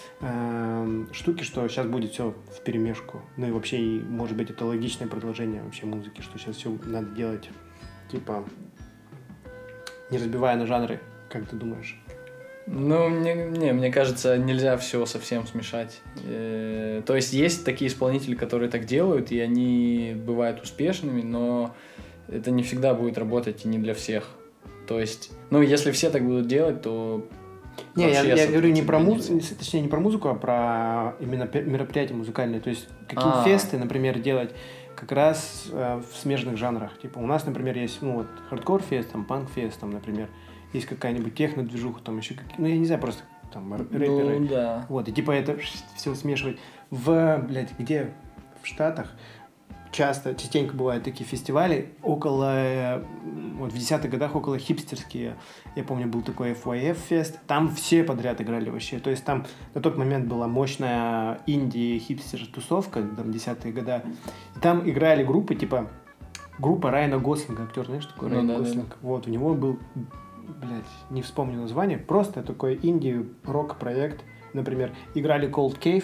эм, штуки, что сейчас будет все в перемешку? Ну и вообще, и, может быть, это логичное продолжение вообще музыки, что сейчас все надо делать, типа, не разбивая на жанры, как ты думаешь? Ну, мне, не, мне кажется, нельзя все совсем смешать. Э, то есть есть такие исполнители, которые так делают, и они бывают успешными, но это не всегда будет работать и не для всех. То есть, ну, если все так будут делать, то... Не, я, вообще я особо говорю не ничего про не музыку, будет. точнее не про музыку, а про именно пе- мероприятия музыкальные. То есть какие А. фесты, например, делать как раз э, в смежных жанрах. Типа у нас, например, есть ну вот хардкор-фест, там панк-фест, там, например, есть какая-нибудь техно-движуха, там еще какие, ну я не знаю, просто там р- рэперы. Ну, да. Вот, и типа это все смешивать. В, блядь, где? В Штатах часто, частенько бывают такие фестивали около, э, вот в десятых годах около хипстерские. Я помню, был такой эф уай эф-фест. Там все подряд играли вообще. То есть там на тот момент была мощная инди-хипстер-тусовка, там, десятые года. И там играли группы, типа, группа Райана Гослинга, актер, знаешь, такой Ну Райан да, да, Гослинг. Вот, у него был, блядь, не вспомню название, просто такой инди-рок-проект. Например, играли Cold Cave,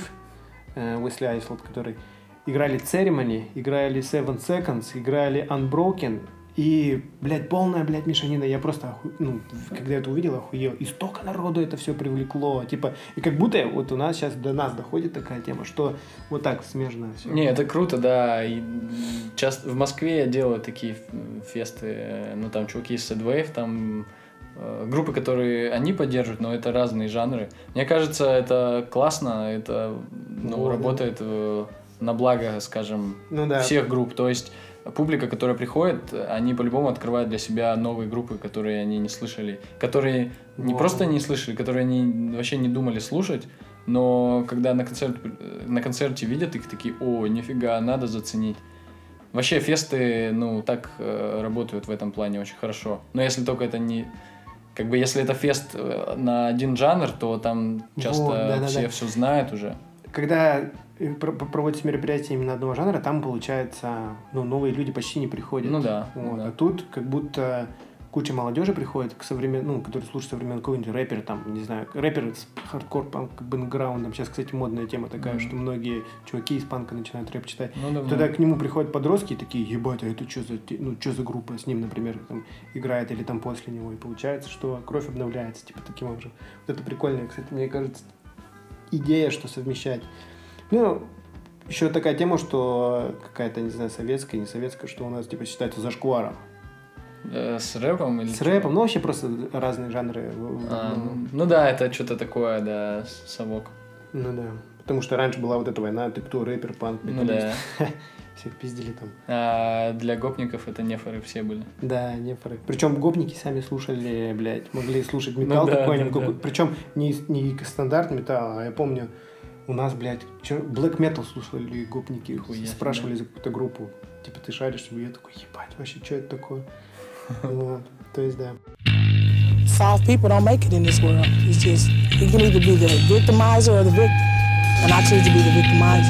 э, Уэсли Айсланд, который... Играли Ceremony, играли Seven Seconds, играли Unbroken. И, блядь, полная, блядь, мешанина. Я просто, оху... ну, когда это увидел, охуел. И столько народу это все привлекло. Типа, и как будто вот у нас сейчас до нас доходит такая тема, что вот так смежно все. Не, это круто, да. И часто в Москве я делаю такие ф- фесты, э, ну там чуваки из Sadwave, там э, группы, которые они поддерживают, но это разные жанры. Мне кажется, это классно, это ну, Ну, работает э, на благо, скажем, Ну да. всех групп. То есть публика, которая приходит, они по-любому открывают для себя новые группы, которые они не слышали, которые не Во. просто не слышали, которые они вообще не думали слушать, но когда на, концерт, на концерте видят их, такие, о, нифига, надо заценить. Вообще фесты, ну, так э, работают в этом плане очень хорошо. Но если только это не... Как бы, если это фест э, на один жанр, то там часто Вот, да-да-да. все все знают уже. Когда э, про- про- проводятся мероприятия именно одного жанра, там, получается, ну, новые люди почти не приходят. Ну да, Вот. да. А тут как будто куча молодежи приходит, к современ... ну, который слушает современный какой-нибудь рэпер, там, не знаю, рэпер с хардкор-панк бэкграундом. Сейчас, кстати, модная тема такая, mm-hmm. что многие чуваки из панка начинают рэп читать. Ну, да, Тогда да. к нему приходят подростки и такие, ебать, а это что за, ну, что за группа с ним, например, там, играет или там после него. И получается, что кровь обновляется, типа, таким образом. Вот это прикольная, кстати, мне кажется, идея, что совмещать. Ну, еще такая тема, что какая-то, не знаю, советская, не советская, что у нас, типа, считается зашкваром. С рэпом или С рэпом, ну вообще просто разные жанры. А, ну, ну да, это что-то такое, да, совок. Ну да, потому что раньше была вот эта война, ты кто, рэпер, панк, ну да. Всех пиздили там. А для гопников это нефоры все были. Да, нефоры. Причем гопники сами слушали, блядь, могли слушать металл ну, да, какой-нибудь. Да, да. Причем не, не стандартный металл, а я помню, у нас, блядь, black metal слушали гопники, Хуя, спрашивали да. за какую-то группу. Типа, ты шаришь, и я такой, ебать, вообще, что это такое? Вот, то есть, да. Soft people don't make it in this world. It's just, you can either be the victimizer or the victim. And I choose to be the victimizer.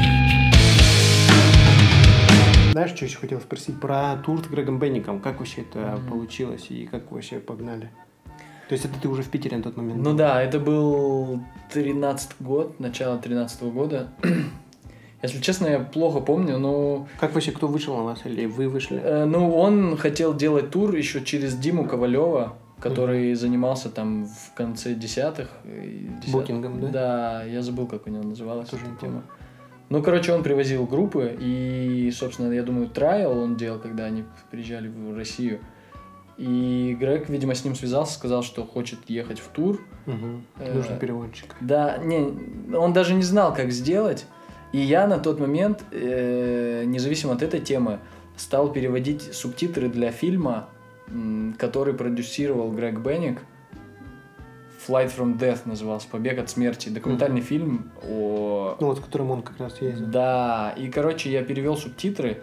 Знаешь, что еще хотел спросить? Про тур с Грегом Бенником. Как вообще это mm-hmm. получилось и как вообще погнали? То есть это ты уже в Питере на тот момент? Ну был? Да, это был тринадцатый год, начало тринадцатого года. Если честно, я плохо помню, но... Как вообще, кто вышел на вас, или вы вышли? Э, ну, он хотел делать тур еще через Диму Ковалева, который mm-hmm. занимался там в конце десятых. Букингом, да? Да, я забыл, как у него называлась эта тема. Ну, короче, он привозил группы, и, собственно, я думаю, трайл он делал, когда они приезжали в Россию. И Грег, видимо, с ним связался, сказал, что хочет ехать в тур. Угу. Э, Нужен переводчик. Да, не, он даже не знал, как сделать. И я на тот момент, э, независимо от этой темы, стал переводить субтитры для фильма, м, который продюсировал Грег Бенник. Flight from Death назывался, «Побег от смерти». Документальный mm-hmm. фильм о... Ну вот, с которым он как раз ездил. Да, и, короче, я перевел субтитры,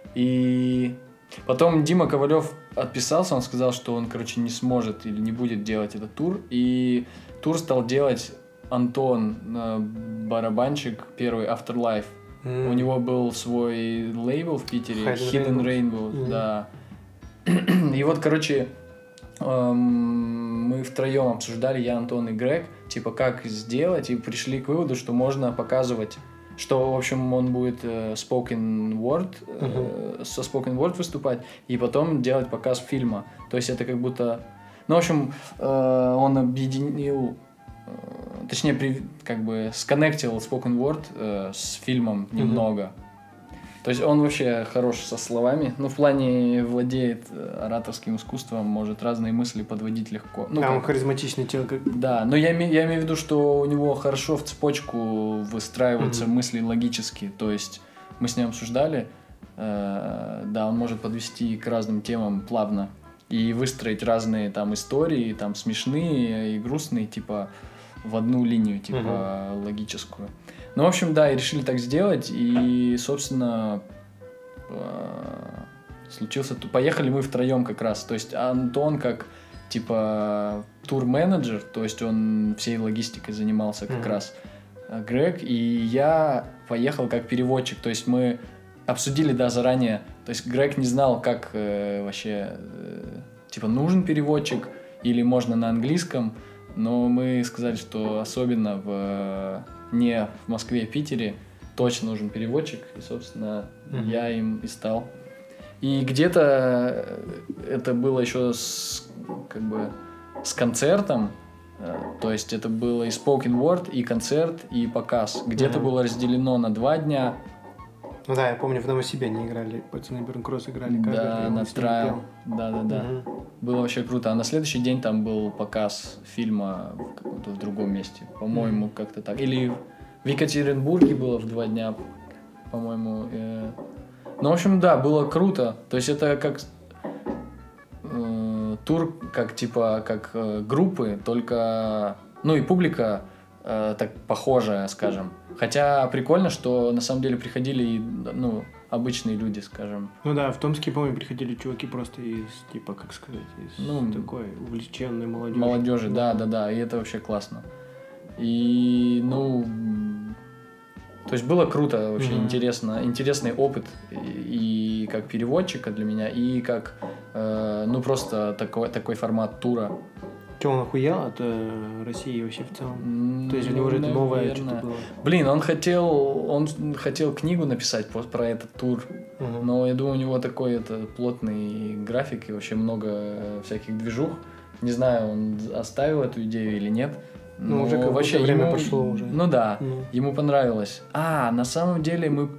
и потом Дима Ковалев отписался, он сказал, что он, короче, не сможет или не будет делать этот тур, и тур стал делать Антон, барабанщик, первый Afterlife. Mm. У него был свой лейбл в Питере, Hidden, Hidden Rainbow, mm. да. И вот, короче, эм, мы втроем обсуждали, я, Антон и Грег, типа, как сделать, и пришли к выводу, что можно показывать, что, в общем, он будет э, spoken word, э, uh-huh. со spoken word выступать, и потом делать показ фильма. То есть это как будто... Ну, в общем, э, он объединил... Точнее, при, как бы сконнектил spoken word э, с фильмом немного. Mm-hmm. То есть он вообще хорош со словами, но в плане владеет ораторским искусством, может разные мысли подводить легко. Ну, а как... он харизматичный человек. Да, но я, я имею в виду, что у него хорошо в цепочку выстраиваются mm-hmm. мысли логически. То есть мы с ним обсуждали, э, да, он может подвести к разным темам плавно и выстроить разные там истории, там смешные и грустные, типа... в одну линию, типа, uh-huh. логическую. Ну, в общем, да, и решили так сделать, и, собственно, случился... Поехали мы втроем как раз, то есть Антон как, типа, тур-менеджер, то есть он всей логистикой занимался как uh-huh. раз, Грег, и я поехал как переводчик, то есть мы обсудили, да, заранее, то есть Грег не знал, как э, вообще, э, типа, нужен переводчик, или можно на английском. Но мы сказали, что особенно в, не в Москве, а в Питере точно нужен переводчик. И, собственно, mm-hmm. я им и стал. И где-то это было еще с, как бы, с концертом. То есть это было и spoken word, и концерт, и показ. Где-то mm-hmm. было разделено на два дня. Ну да, я помню, в Новосибе играли, пацаны Бернкросс играли. Да, на трайл. Да-да-да. Угу. Было вообще круто. А на следующий день там был показ фильма в каком-то в другом месте. По-моему, mm. как-то так. Или в Екатеринбурге было в два дня, по-моему. Ну, в общем, да, было круто. То есть это как э, тур, как типа, как э, группы, только... Ну и публика э, так похожая, скажем. Хотя прикольно, что на самом деле приходили и, ну, обычные люди, скажем. Ну да, в Томске, помню, приходили чуваки просто из, типа, как сказать, из ну, такой увлеченной молодежи. Молодежи, да, да, да, и это вообще классно. И, ну, То есть было круто, вообще Мгм. интересно, интересный опыт и, и как переводчика для меня, и как, э, ну, просто такой, такой формат тура. Че, он охуел от э, России вообще в целом? М, То есть у него ну, уже это новое наверное. что-то было? Блин, он хотел, он хотел книгу написать по- про этот тур, Мгм. но я думаю, у него такой это плотный график и вообще много э, всяких движух. Не знаю, он оставил эту идею или нет. Ну, но уже как будто время ему- пошло уже. Ну да, Ну. ему понравилось. А, на самом деле мы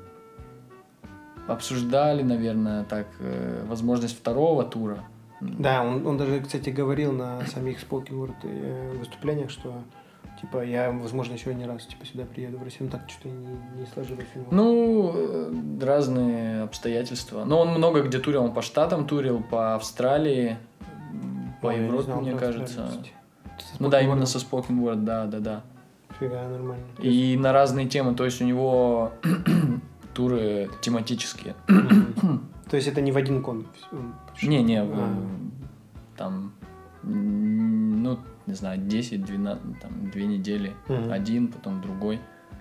обсуждали, наверное, так, э, возможность второго тура. Да, он, он даже, кстати, говорил на самих Spoken Word э, выступлениях, что типа я, возможно, еще не раз типа сюда приеду в Россию, но так что-то не, не сложилось у него. Ну, э, разные обстоятельства. Но он много где турил, он по Штатам турил, по Австралии, м, по Ой, я не Европе, знал мне про кажется. Австралию, кстати. Со Ну да, Spoken именно Word. со Spoken Word, да, да, да. Фига, нормально. И на разные темы, то есть у него туры тематические. Мгм. То есть это не в один кон? он пошел? Не-не, А. там, м, ну, не знаю, десять-двенадцать, там, две недели, Мгм. один, потом другой.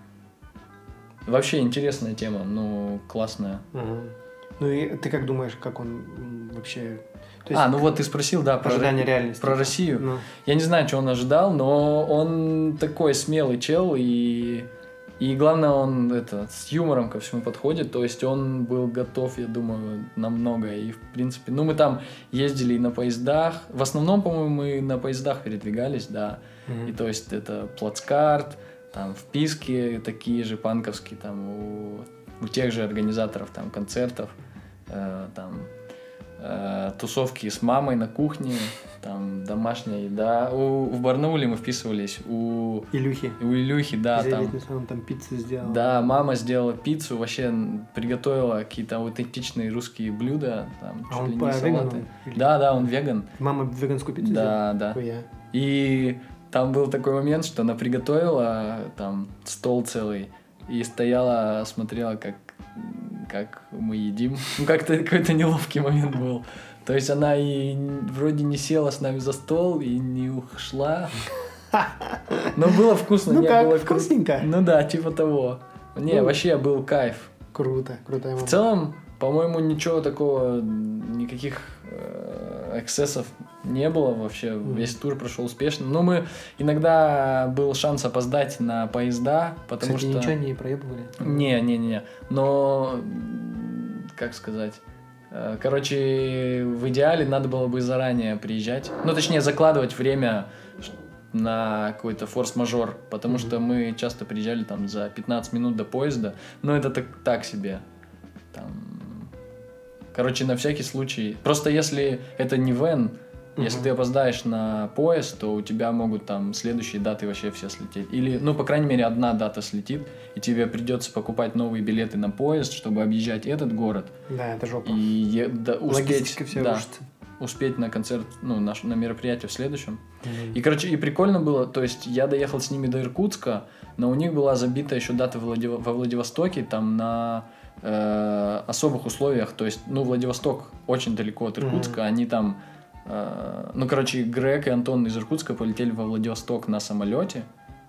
Вообще интересная тема, ну, классная. Мгм. Ну и ты как думаешь, как он м, вообще... То А, ну вот ты спросил, да, про, ожидание реальности. про Россию. Ну, Я не знаю, что он ожидал, но он такой смелый чел, и, и главное, он это, с юмором ко всему подходит, то есть он был готов, я думаю, на многое, и в принципе, ну мы там ездили на поездах, в основном, по-моему, мы на поездах передвигались, да, мгм. и то есть это плацкарт, там вписки такие же панковские, там у, у тех же организаторов там концертов, э, там э, тусовки с мамой на кухне, там домашняя еда. У, в Барнауле мы вписывались у, Илюхи. у Илюхи, да, Из там. Элитной, он там пиццу сделал. Да, мама сделала пиццу, вообще приготовила какие-то аутентичные русские блюда, там, А чуть он ли по не вегану салаты. или- Да, да, он веган. Мама веганскую пиццу сделала? Да, да. Хуя. И там был такой момент, что она приготовила там стол целый и стояла, смотрела, как, как мы едим. Ну, как-то какой-то неловкий момент был. То есть она и вроде не села с нами за стол и не ушла. Но было вкусно. Ну не как, было кру- вкусненько? Ну да, типа того. Не, Ну. вообще был кайф. Круто, крутая мама. В целом, по-моему, ничего такого, никаких э, эксцессов не было вообще. Мгм. Весь тур прошел успешно. Но мы иногда был шанс опоздать на поезда, потому Кстати, что... ничего не проебывали? Не, не, не. Но, м, как сказать... э, Короче, в идеале надо было бы заранее приезжать. Ну, точнее, закладывать время ш- на какой-то форс-мажор, потому Мгм. что мы часто приезжали там за пятнадцать минут до поезда, но это так, так себе. Там... Короче, на всякий случай. Просто если это не вен, если Мгм. ты опоздаешь на поезд, то у тебя могут там следующие даты вообще все слететь. Или, ну, по крайней мере, одна дата слетит, и тебе придется покупать новые билеты на поезд, чтобы объезжать этот город Да, это жопа. и е- да, успеть, Логистика вся да, рушится. успеть на концерт, ну, на, ш- на мероприятие в следующем. Мгм. И, короче, и прикольно было, то есть я доехал с ними до Иркутска, но у них была забита еще дата в Владив- во Владивостоке, там на э, особых условиях, то есть, ну, Владивосток очень далеко от Иркутска, Мгм. они там, э, ну, короче, Грег и Антон из Иркутска полетели во Владивосток на самолете,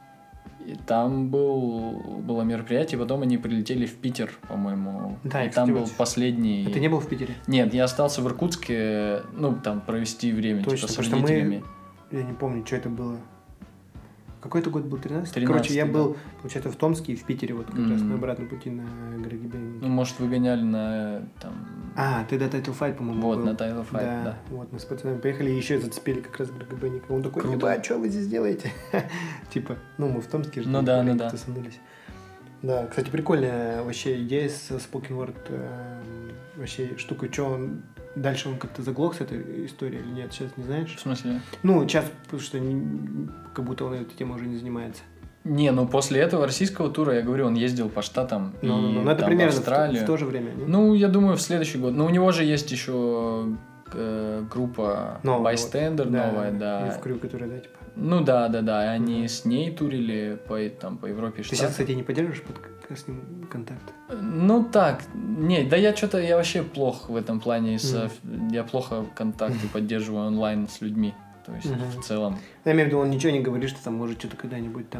и там был, было мероприятие, потом они прилетели в Питер, по-моему, Да, и и, кстати, там был вот- последний... А ты не был в Питере? Нет, я остался в Иркутске, ну, там, провести время, Точно, типа, с потому что мы- родителями. Я не помню, что это было. Какой это год был? тринадцатый? тринадцатый, Короче, я да. был, получается, в Томске и в Питере, вот как раз Мгм. на обратном пути на Греги Бенни. Ну, может, выгоняли на, там, А, ты до Title Fight, по-моему, вот, был. на Title Fight, да. Да, вот, мы с пацанами поехали и еще зацепили как раз Грега Бенника. Он такой, Круто. ебать, что вы здесь делаете? Типа, ну, мы в Томске же Ну да, ну да. тусанулись. Да, кстати, прикольная вообще идея с Spoken Word, э, вообще штука, что он... Дальше он как-то заглох с этой историей или нет, сейчас не знаешь? В смысле? Ну, сейчас, потому что не- как будто он этой темой уже не занимается. Не, ну, после этого российского тура, я говорю, он ездил по штатам Ну, ну, и ну, ну, это там, примерно в в, Австралию. в то же время, не? Ну, я думаю, в следующий год. Но у него же есть еще э, группа Новая, Bystander вот. Да, новая, да. И в крю, которая, да, типа. Ну, да, да, да. И они Мгм. с ней турили по, там, по Европе и Ты сейчас, Штатам. кстати, не поддерживаешь под, к- с ним контакт? Ну так, не, да я что-то, я вообще плох в этом плане, с, Мгм. я плохо контакты поддерживаю онлайн с людьми, то есть Мгм. в целом. Я имею в виду, он ничего не говорит, что там может что-то когда-нибудь там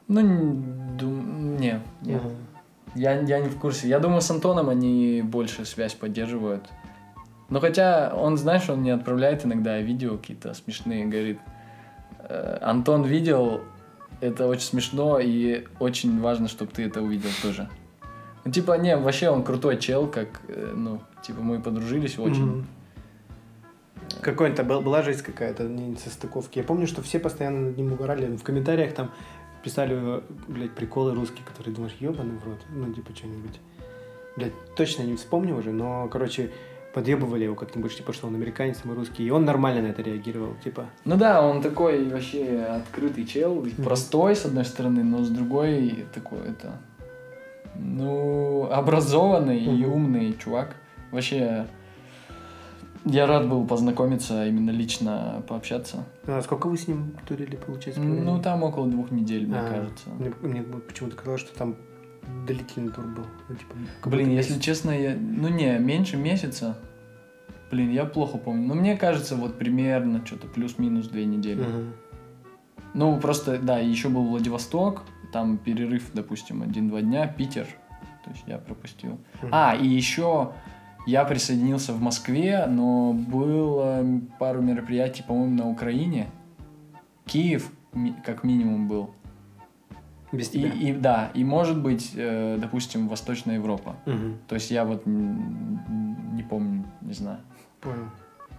Ну, н- дум- не, нет. Ага. Я, я не в курсе. Я думаю, с Антоном они больше связь поддерживают. Но хотя он, знаешь, он мне отправляет иногда видео какие-то смешные, говорит, «Э, Антон видел, это очень смешно, и очень важно, чтобы ты это увидел тоже». Ну, типа, не, вообще он крутой чел, как, э, ну, типа, мы подружились очень. Мгм. Какой-то был, была жизнь какая-то, не состыковки. Я помню, что все постоянно над ним угорали. В комментариях там писали, блядь, приколы русские, которые думаешь, ебаный в рот. Ну, типа, что-нибудь. Блядь, точно не вспомню уже, но, короче, подъебывали его как-нибудь, типа, что он американец, мы русский. И он нормально на это реагировал, типа. Ну да, он такой вообще открытый чел, Мгм. простой, с одной стороны, но с другой такой, это, ну, образованный и Мгм. умный чувак. Вообще, я рад был познакомиться, именно лично пообщаться. А сколько вы с ним турили, получается? по Ну, времени? там около двух недель, мне А, кажется. Мне, мне почему-то казалось, что там длительный тур был. Ну, типа, как Блин, будто если месяц. честно, я, ну не, меньше месяца. Блин, я плохо помню. Но мне кажется, вот примерно что-то плюс-минус две недели. Мгм. Ну, просто, да, еще был Владивосток, там перерыв, допустим, один-два дня, Питер, то есть я пропустил. Мгм. А, и еще я присоединился в Москве, но было пару мероприятий, по-моему, на Украине. Киев, ми- как минимум, был. Без И, тебя. и да, и может быть, э, допустим, Восточная Европа. Мгм. То есть я вот н- не помню, не знаю. Понял.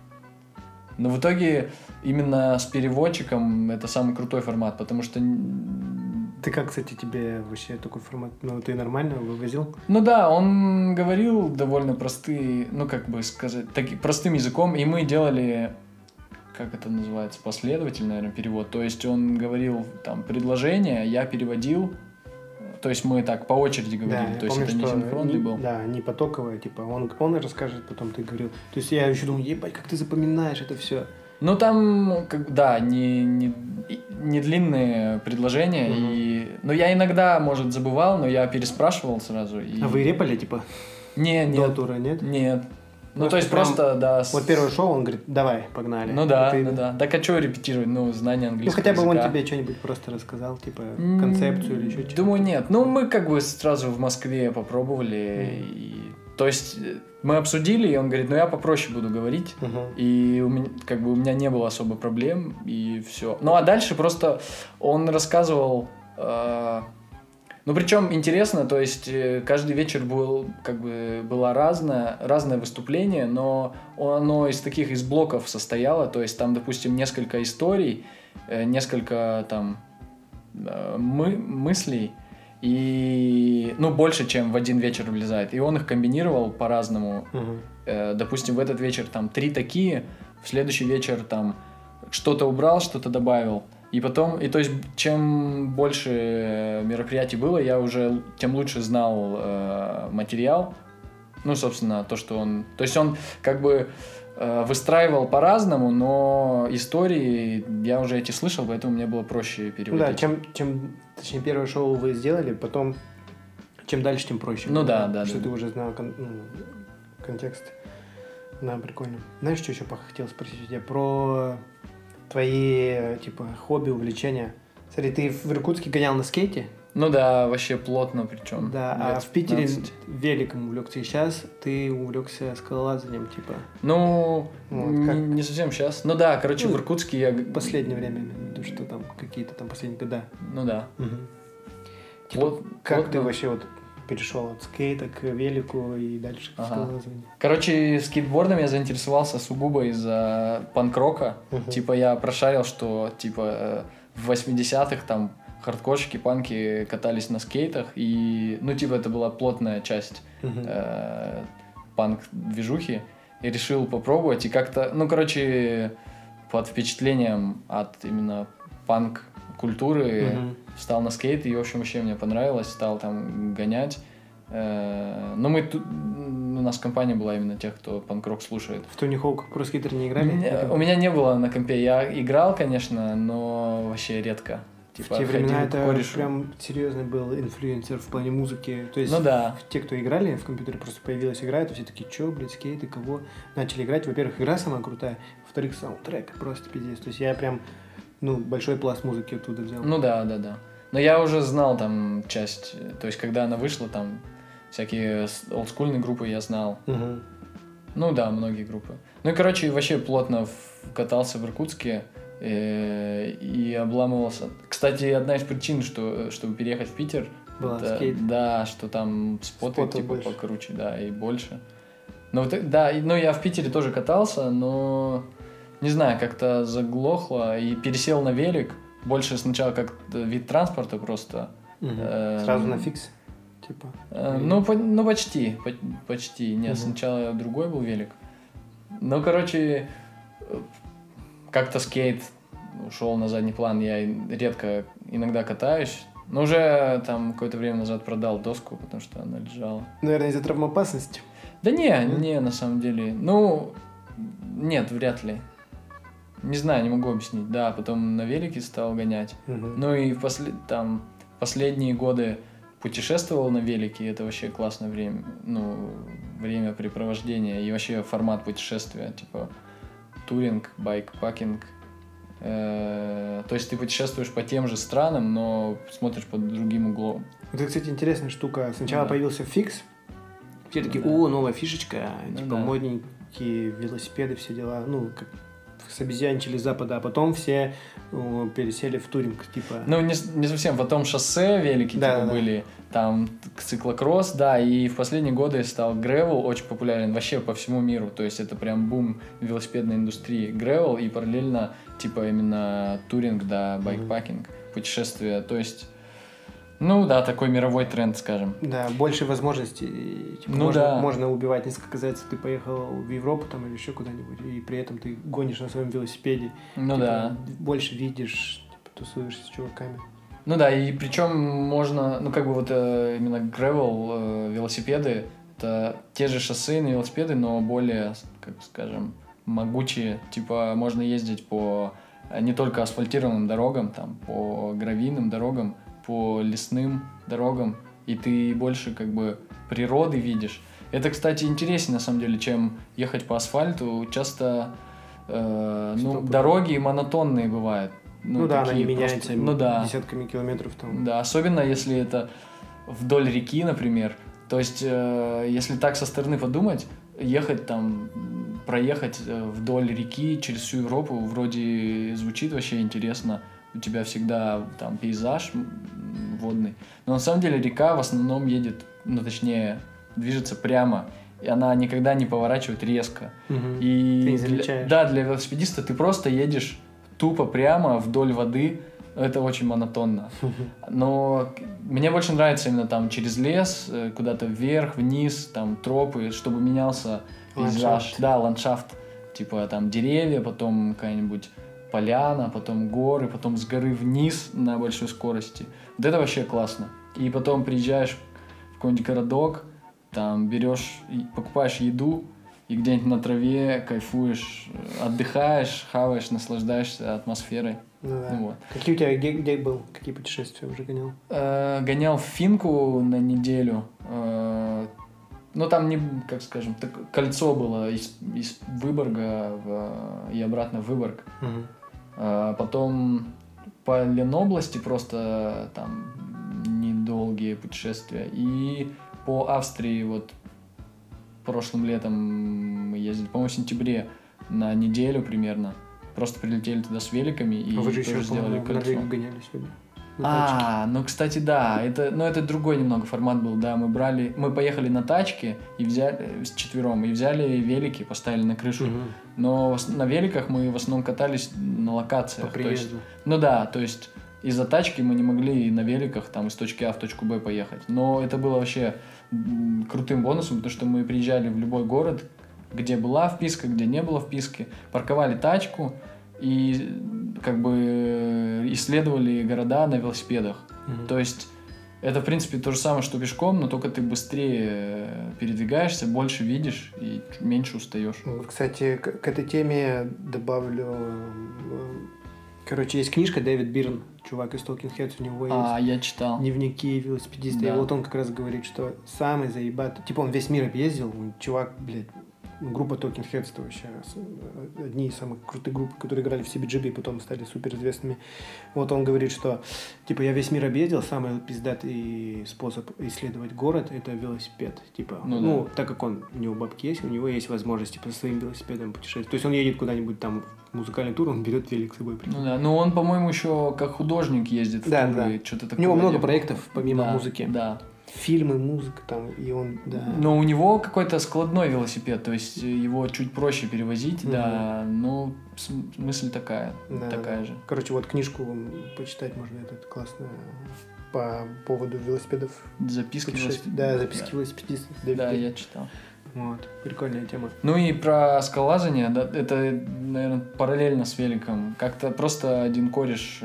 Но в итоге именно с переводчиком это самый крутой формат, потому что... н- Ты как, кстати, тебе вообще такой формат? Ну, ты нормально вывозил? Ну да, он говорил довольно простые, ну как бы сказать, таки, простым языком, и мы делали, как это называется, последовательный, наверное, перевод. То есть он говорил там предложение, я переводил, то есть мы так по очереди говорили, я то есть помню, это не что синхронный не- был. Да, не потоковое, типа, он, он и расскажет, потом ты говорил. То есть я еще думаю, ебать, как ты запоминаешь это все. Ну там, как, да, не, не, и- не длинные предложения, Мгм. и, ну я иногда, может, забывал, но я переспрашивал сразу. И... А вы репали, типа, Не, до нет, тура, нет? нет. Ну, Ну, то есть прям просто, да. с- Вот первое шоу, он говорит, давай, погнали. Ну да, И ты- ну да. Так а что репетировать? Ну, знание Ну, английского хотя бы он языка. тебе что-нибудь просто рассказал, типа, М, концепцию или еще что-то. Думаю, нет. Ну, мы как бы сразу в Москве попробовали. Мгм. И... То есть э, мы обсудили, и он говорит, ну я попроще буду говорить. Мгм. И у меня, как бы у меня не было особо проблем, и все. Ну а дальше просто он рассказывал. э, Ну, причем интересно, то есть э, каждый вечер был, как бы, было разное, разное выступление, но оно из таких, из блоков состояло, то есть там, допустим, несколько историй, э, несколько там э, мы, мыслей, и, ну, больше, чем в один вечер влезает, и он их комбинировал по-разному. Мгм. Э, допустим, в этот вечер там три такие, в следующий вечер там что-то убрал, что-то добавил. И потом, и то есть, чем больше мероприятий было, я уже тем лучше знал э, материал. Ну, собственно, то, что он... То есть он как бы э, выстраивал по-разному, но истории я уже эти слышал, поэтому мне было проще Ну переводить. да, чем, чем, точнее, первое шоу вы сделали, потом, чем дальше, тем проще. Ну было, да, да, Что да. ты уже знал кон- ну, контекст. Да, прикольно. Знаешь, что еще хотел спросить у тебя? Про твои, типа, хобби, увлечения. Смотри, ты в Иркутске гонял на скейте? Ну да, вообще плотно причем. Да, а лет в Питере пятнадцать. великом увлекся. И сейчас ты увлекся скалолазанием, типа, Ну, Вот, не, как- не совсем сейчас. Ну да, короче, Ну, в Иркутске я... в последнее время, имею в виду, что там какие-то там последние года. Ну да. Типа, Плот- как плотно. ты вообще вот перешел от скейта к велику и дальше к Ага. скалолазанию? Короче, скейтбордом я заинтересовался сугубо из-за панк-рока. Мгм. Типа я прошарил, что типа э, в восьмидесятых там хардкорщики, панки катались на скейтах. И, ну, типа, это была плотная часть Мгм. э, панк-движухи. И решил попробовать. И как-то, ну, короче, под впечатлением от именно панк-культуры Мгм. встал на скейт, и, в общем, вообще мне понравилось, стал там гонять. Э, Но мы тут, у нас компания была именно тех, кто панк-рок слушает. В Тони Хоук про скейтер не играли? Мне- У меня не было на компе, я играл, конечно, но вообще редко. В Типа, те времена ходил к это корешу. прям серьезный был инфлюенсер в плане музыки. То есть Ну да. те, кто играли в компьютере, просто появилась игра, и все такие, чё, блядь, скейты, кого? Начали играть. Во-первых, игра самая крутая, во-вторых, саундтрек просто пиздец. То есть я прям, ну, большой пласт музыки оттуда взял. Ну да, да, да. Но я уже знал там часть, то есть когда она вышла, там всякие олдскульные группы я знал. Угу. Ну да, многие группы. Ну и, короче, вообще плотно в... катался в Иркутске э... и обламывался. Кстати, одна из причин, что... чтобы переехать в Питер, Была это... скейт. да, что там споты, Спотов типа больше. покруче, да, и больше. Ну вот, да, и, ну я в Питере тоже катался, но не знаю, как-то заглохло и пересел на велик. Больше сначала как вид транспорта просто. Угу. Эм, Сразу на фикс? Типа. Э, ну, по, ну, почти, по, почти. Нет, Мгм. сначала другой был велик. Ну, короче, э, как-то скейт ушел на задний план. Я редко иногда катаюсь. Но уже там какое-то время назад продал доску, потому что она лежала. Наверное, из-за травмоопасности. Да не, не, на самом деле. Ну, нет, вряд ли. Не знаю, не могу объяснить. Да, потом на велике стал гонять. Угу. Ну и в после, там, последние годы путешествовал на велике, это вообще классное время, ну, времяпрепровождение и вообще формат путешествия, типа туринг, байкпакинг. Э, то есть ты путешествуешь по тем же странам, но смотришь под другим углом. Это, кстати, интересная штука. Сначала Да. появился фикс. Все такие, Да. о, новая фишечка, Ну типа да. модненькие велосипеды, все дела. Ну, как собезьянчили Запада, а потом все о, пересели в туринг, типа. Ну, не, с- не совсем, потом шоссе велики Да, типа, да, да. были, там циклокросс, да, и в последние годы стал грэвел очень популярен вообще по всему миру, то есть это прям бум велосипедной индустрии. Грэвел и параллельно, типа, именно туринг, да, байкпакинг, путешествия, то есть, ну, да, такой мировой тренд, скажем. Да, больше возможностей. Типа, Ну можно, да. можно убивать несколько зайцев. Ты поехал в Европу там или еще куда-нибудь, и при этом ты гонишь на своем велосипеде. Ну Типа, да. Больше видишь, типа, тусуешься с чуваками. Ну да, и причем можно, ну как бы вот э, именно грэвел э, велосипеды, это те же шоссейные велосипеды, но более, как скажем, могучие. Типа можно ездить по э, не только асфальтированным дорогам, там, по гравийным дорогам, по лесным дорогам, и ты больше как бы природы видишь. Это, кстати, интереснее на самом деле, чем ехать по асфальту. Часто э, ну, Стопудово. дороги монотонные бывают. Ну, да, она не такие меняется просто- ну да. десятками километров там. Да, особенно если это вдоль реки, например. То есть, э, если так со стороны подумать, ехать там, м, проехать э, вдоль реки через всю Европу вроде звучит вообще интересно. У тебя всегда там пейзаж м, водный. Но на самом деле река в основном едет, ну точнее, движется прямо. И она никогда не поворачивает резко. Мгм. И Ты не для- замечаешь. да, для велосипедиста ты просто едешь тупо прямо вдоль воды. Это очень монотонно. Но к- мне больше нравится именно там через лес, э, куда-то вверх, вниз, там тропы, чтобы менялся пейзаж. Ландшафт. Да, ландшафт. Типа там деревья, потом какая-нибудь поляна, потом горы, потом с горы вниз на большой скорости. Вот это вообще классно. И потом приезжаешь в какой-нибудь городок, там берешь, и покупаешь еду, и где-нибудь на траве кайфуешь, э, отдыхаешь, хаваешь, наслаждаешься атмосферой. Ну да. Ну вот. Какие у тебя, где, где был? Какие путешествия уже гонял? Э, гонял в Финку на неделю. Э, ну, там, не, как скажем, так, кольцо было из, из Выборга в- и обратно в Выборг. Мгм. А потом по Ленобласти просто там недолгие путешествия. И по Австрии вот прошлым летом мы ездили, по-моему, в сентябре на неделю примерно. Просто прилетели туда с великами и А вы же тоже еще, сделали по-моему, в кольцо. Норвегию гоняли сегодня. На тачке. А, ну, кстати, да, это, ну, это другой немного формат был, да, мы брали, мы поехали на тачке и взяли, с четвером, и взяли велики, поставили на крышу, Мгм. но в ос- на великах мы в основном катались на локациях. По то есть, приезду. ну да, то есть из-за тачки мы не могли на великах там из точки А в точку Б поехать, но это было вообще м, крутым бонусом, потому что мы приезжали в любой город, где была вписка, где не было вписки, парковали тачку и как бы исследовали города на велосипедах. Мгм. То есть это, в принципе, то же самое, что пешком, но только ты быстрее передвигаешься, больше видишь и меньше устаешь. Вот, кстати, к, к этой теме добавлю... э, Короче, есть книжка Дэвид Бирн, чувак из Talking Heads, у него есть А, я читал. дневники велосипедиста. Да. И вот он как раз говорит, что самый заебатый... Типа он весь мир объездил, он чувак, блядь, Ну, группа Talking Heads это вообще одни из самых крутых групп, которые играли в си би джи би и потом стали суперизвестными. Вот он говорит, что типа я весь мир объездил, самый пиздатый способ исследовать город это велосипед. Типа, ну, ну да. Так как он, у него бабки есть, у него есть возможность типа со своим велосипедом путешествовать. То есть он едет куда-нибудь там в музыкальный тур, он берет велик с собой. Ну да, но он, по-моему, еще как художник ездит в да, туры, да. что-то такое. У него много проектов помимо да, музыки. Да. Фильмы, музыка там, и он, да. Но у него какой-то складной велосипед, то есть его чуть проще перевозить, mm-hmm. да, но мысль такая, да, такая да. же. Короче, вот книжку почитать можно, это классно по поводу велосипедов. Записки велосипедистов. Да, записки да. велосипедистов. Да, я читал. Вот, прикольная тема. Ну и про скалолазание, да, это, наверное, параллельно с великом. Как-то просто один кореш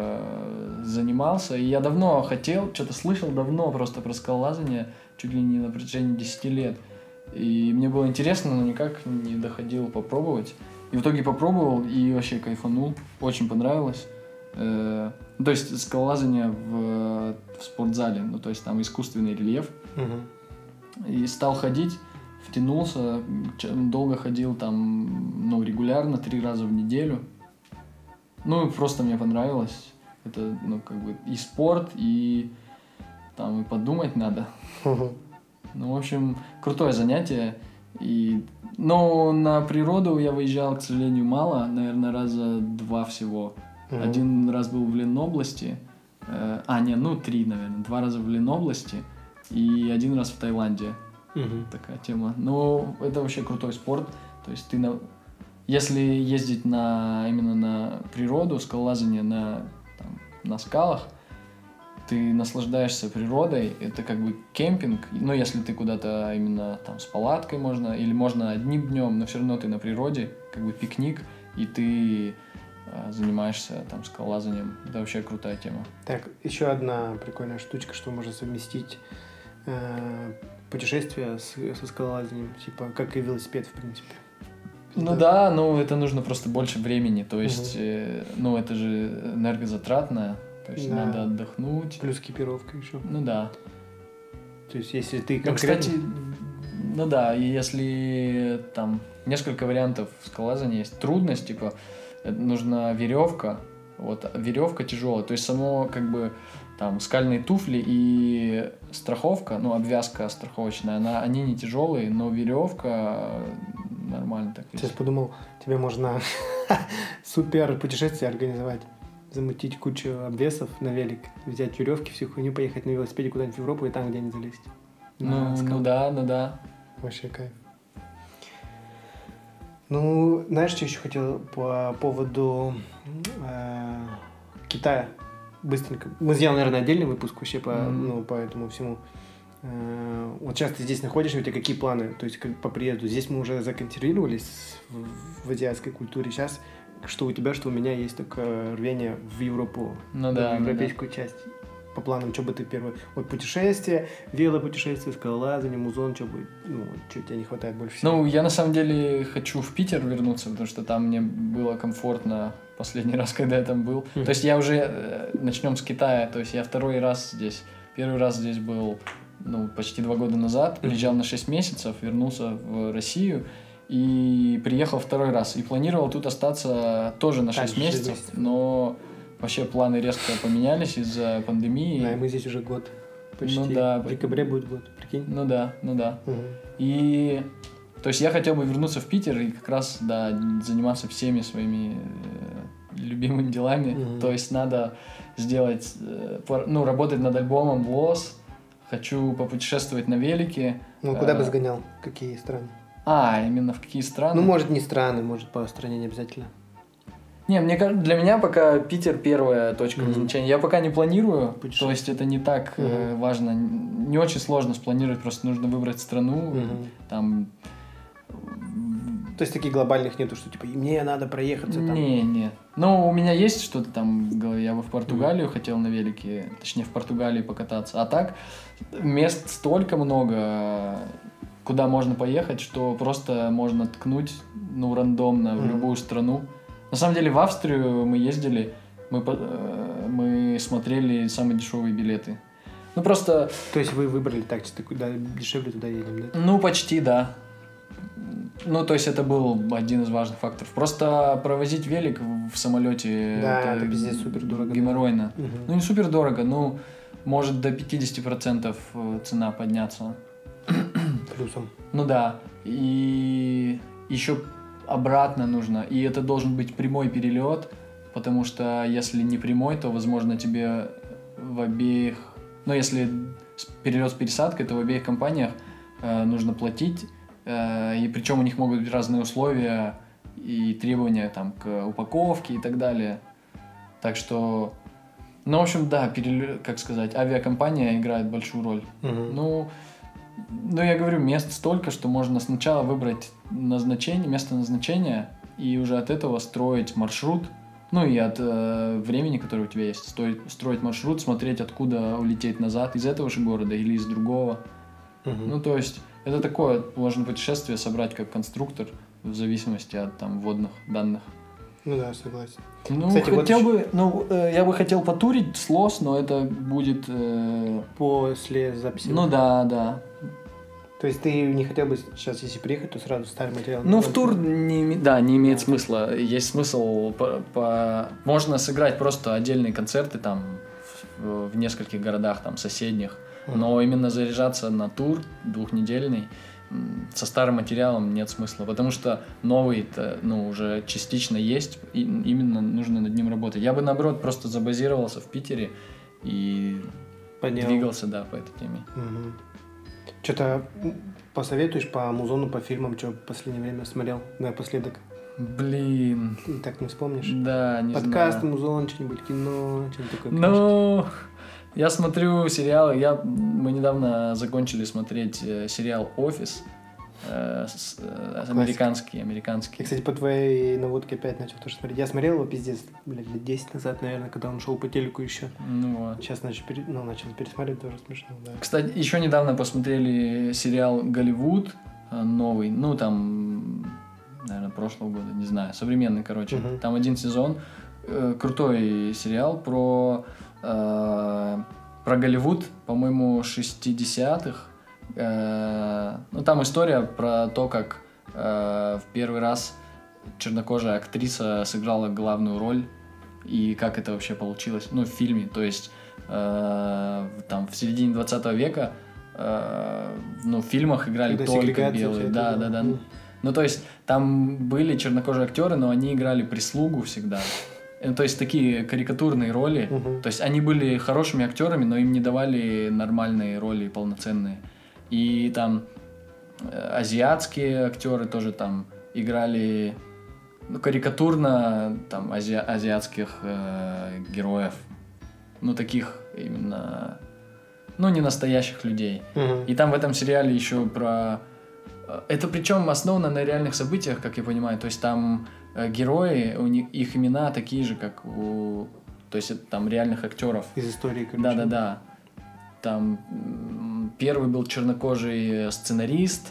э, занимался, и я давно хотел, что-то слышал давно просто про скалолазание, чуть ли не на протяжении десяти лет. И мне было интересно, но никак не доходил попробовать. И в итоге попробовал и вообще кайфанул, очень понравилось. Э, то есть скалолазание в, в спортзале, ну то есть там искусственный рельеф. Угу. И стал ходить. Втянулся, долго ходил там, ну, регулярно, три раза в неделю. Ну, просто мне понравилось. Это, ну, как бы и спорт, и там и подумать надо. Uh-huh. Ну, в общем, крутое занятие. И... Но на природу я выезжал, к сожалению, мало. Наверное, раза два всего. Uh-huh. Один раз был в Ленобласти. А, не, ну, три, наверное. Два раза в Ленобласти. И один раз в Таиланде. Uh-huh. Такая тема. Но это вообще крутой спорт. То есть ты на... Если ездить на именно на природу, скалолазание на, там, на скалах, ты наслаждаешься природой. Это как бы кемпинг. Ну, если ты куда-то именно там с палаткой можно, или можно одним днем, но все равно ты на природе, как бы пикник, и ты э, занимаешься там скалолазанием. Это вообще крутая тема. Так, еще одна прикольная штучка, что можно совместить э, путешествие с, со скалолазанием, типа, как и велосипед, в принципе. Ну да, но это нужно просто больше времени, то есть, угу. э, ну это же энергозатратно, то есть да. Надо отдохнуть. Плюс экипировка еще. Ну да. То есть, если ты конкретно... Ну, кстати, ну да, и если там несколько вариантов скалолазания есть, трудность, типа, нужна веревка, вот, веревка тяжелая, то есть само, как бы, там, скальные туфли и страховка, ну, обвязка страховочная, она, они не тяжелые, но веревка нормально так. Сейчас подумал, тебе можно супер путешествие организовать, замутить кучу обвесов на велик, взять веревки, всю хуйню, поехать на велосипеде куда-нибудь в Европу и там где-нибудь залезть. Ну, ну да, ну да. Вообще кайф. Ну, знаешь, что еще хотел по поводу э, Китая? Быстренько. Мы сделаем, наверное, отдельный выпуск вообще по, mm-hmm. ну, по этому всему. Э, вот сейчас ты здесь находишься, у тебя какие планы? То есть как по приезду? Здесь мы уже законсервировались в, в азиатской культуре. Сейчас что у тебя, что у меня есть только рвение в Европу, ну, да, в европейскую ну, да. часть. По планам, что бы ты первый... Вот путешествие, велопутешествие, скалолазание, музон, что бы... Ну, что тебе не хватает больше всего? Ну, я на самом деле хочу в Питер вернуться, потому что там мне было комфортно последний раз, когда я там был. Mm-hmm. То есть я уже... Начнем с Китая. То есть я второй раз здесь. Первый раз здесь был, ну, почти два года назад. Приезжал mm-hmm. на шесть месяцев, вернулся в Россию. И приехал второй раз. И планировал тут остаться тоже на шесть месяцев. Но... Вообще планы резко поменялись из-за пандемии. Да, и мы здесь уже год. Почти. Ну да. В декабре будет год, прикинь. Ну да, ну да. Угу. И... То есть я хотел бы вернуться в Питер и как раз, да, заниматься всеми своими э, любимыми делами. Угу. То есть надо сделать... Э, ну, работать над альбомом «Лос». Хочу попутешествовать на велике. Ну, куда бы сгонял? Какие страны? А, именно в какие страны? Ну, может, не страны, может, по стране не обязательно. Не, мне кажется, для меня пока Питер первая точка mm-hmm. назначения. Я пока не планирую, то есть это не так mm-hmm. э, важно, не очень сложно спланировать, просто нужно выбрать страну, mm-hmm. там... То есть таких глобальных нету, что типа мне надо проехаться там? Не, не. Ну, у меня есть что-то там в голове, я бы в Португалию mm-hmm. хотел на велике, точнее в Португалии покататься, а так мест столько много, куда можно поехать, что просто можно ткнуть, ну, рандомно mm-hmm. в любую страну. На самом деле в Австрию мы ездили, мы, мы смотрели самые дешевые билеты. Ну просто... То есть вы выбрали так, что куда дешевле туда едем, да? Ну почти, да. Ну, то есть это был один из важных факторов. Просто провозить велик в самолете Да, это, это пиздец супер дорого. геморройно. Угу. Ну, не супер дорого, ну, может до пятьдесят процентов цена подняться. Плюсом. Ну да. И еще обратно нужно. И это должен быть прямой перелет, потому что если не прямой, то, возможно, тебе в обеих... Ну, если перелет с пересадкой, то в обеих компаниях э, нужно платить. Э, и причем у них могут быть разные условия и требования там, к упаковке и так далее. Так что... Ну, в общем, да, перелет, как сказать, авиакомпания играет большую роль. Угу. Ну, ну, я говорю, мест столько, что можно сначала выбрать назначение, место назначения и уже от этого строить маршрут. Ну и от э, времени, которое у тебя есть, стоит строить маршрут, смотреть, откуда улететь назад, из этого же города или из другого. Угу. Ну, то есть, это такое, можно путешествие собрать как конструктор в зависимости от там вводных данных. Ну да, согласен. Ну, Кстати, хотел вот бы, ну, э, я бы хотел потурить с Лос, но это будет... э, После записи. ну да, да. То есть ты не хотел бы сейчас, если приехать, то сразу старый материал? Ну, в тур, не, име- да, не имеет смысла. Есть смысл, по, по- можно сыграть просто отдельные концерты там в, в нескольких городах там соседних, Мгм. но именно заряжаться на тур двухнедельный м, со старым материалом нет смысла, потому что новый-то, ну, уже частично есть, и именно нужно над ним работать. Я бы, наоборот, просто забазировался в Питере и Понял. двигался, да, по этой теме. Угу. Что-то посоветуешь по музону, по фильмам, что в последнее время смотрел напоследок? Блин, И так не вспомнишь? да, не Подкаст, знаю. музон, что-нибудь, кино, что-нибудь такое. Ну, я смотрю сериалы. Я, мы недавно закончили смотреть э, сериал «Офис». э, с- э, американский, Я, американский. кстати, по твоей наводке опять начал тоже смотреть. Я смотрел его, пиздец, блядь, лет десять назад, наверное, когда он шел по телеку еще. Ну вот. Сейчас начал, пере... ну, начал пересматривать, тоже смешно, да. Кстати, еще недавно посмотрели сериал «Голливуд» э, новый. Ну, там, наверное, прошлого года, не знаю. Современный, короче. Мгм. Там один сезон. Э, крутой сериал про, э, про Голливуд, по-моему, шестидесятых. Э, ну, там история про то, как э, в первый раз чернокожая актриса сыграла главную роль и как это вообще получилось, ну, в фильме. То есть, э, там, в середине двадцатого века э, ну, в фильмах играли Когда только сегрегация белые. вся эта Да, была. да, да. Мгм. Ну, то есть, там были чернокожие актеры, но они играли прислугу всегда. Э, То есть, такие карикатурные роли. Мгм. То есть, они были хорошими актерами, но им не давали нормальные роли полноценные. И там э, азиатские актеры тоже там играли, ну, карикатурно там ази- азиатских э, героев. Ну, таких именно, ну, не настоящих людей. Мгм. И там в этом сериале еще про... э, Это причем основано на реальных событиях, как я понимаю. То есть там э, герои, у них, их имена такие же, как у... То есть это там реальных актеров. Из истории, короче. Да-да-да. Там м, первый был чернокожий сценарист,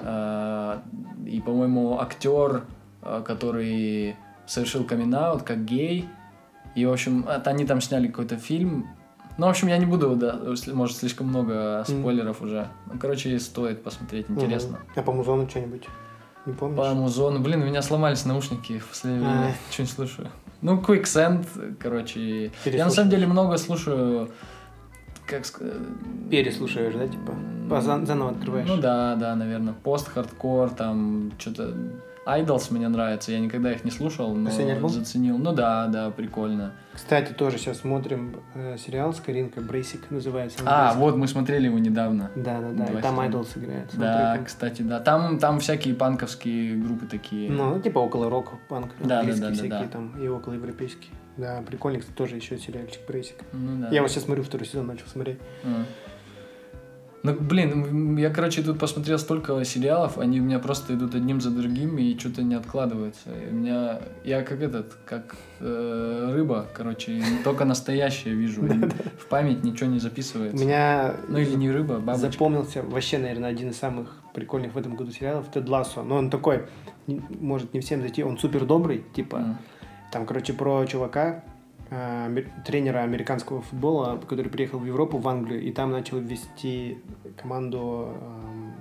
э, и, по-моему, актер, э, который совершил камин-аут как гей. И, в общем, это они там сняли какой-то фильм. Ну, в общем, я не буду, да, сли- может, слишком много спойлеров уже. Ну, короче, стоит посмотреть, Мгм. интересно. А по музону что-нибудь? Не помнишь? По музону. Блин, у меня сломались наушники в последнее А. время. Ничего не слушаю. Ну, Quicksand, короче. Я на Переслушиваешь. самом деле много слушаю, как сказать... Переслушаешь, да, типа? По- зан- Заново открываешь? Ну да, да, наверное. Пост-хардкор, там, что-то... Idols мне нравится, я никогда их не слушал, но Последний альбом? заценил. Ну да, да, прикольно. Кстати, тоже сейчас смотрим э, сериал с Каринкой, Брейсик называется. он А, Basic. вот мы смотрели его недавно. Да, да, да. Два И там сезона. Idols играет. Да, Смотри-ка. кстати, да. Там, там всякие панковские группы такие. Ну, ну, типа около рока, панк, Да, английские да, да, всякие да, да. там, и около европейские. Да, прикольный, кстати, тоже еще сериальчик Брейсик. Ну да. Я вот сейчас смотрю, второй сезон начал смотреть. А. Ну, блин, я, короче, тут посмотрел столько сериалов, они у меня просто идут одним за другим и что-то не откладываются. И у меня, я как этот, как э, рыба, короче, только настоящее вижу. И в память ничего не У записывается. меня Ну или не рыба, а бабочка. запомнился вообще, наверное, один из самых прикольных в этом году сериалов Тед Лассо. Но он такой, не- может не всем зайти, он супер добрый, типа, М. там, короче, про чувака, э, амер- тренера американского футбола, который приехал в Европу, в Англию, и там начал вести команду эм,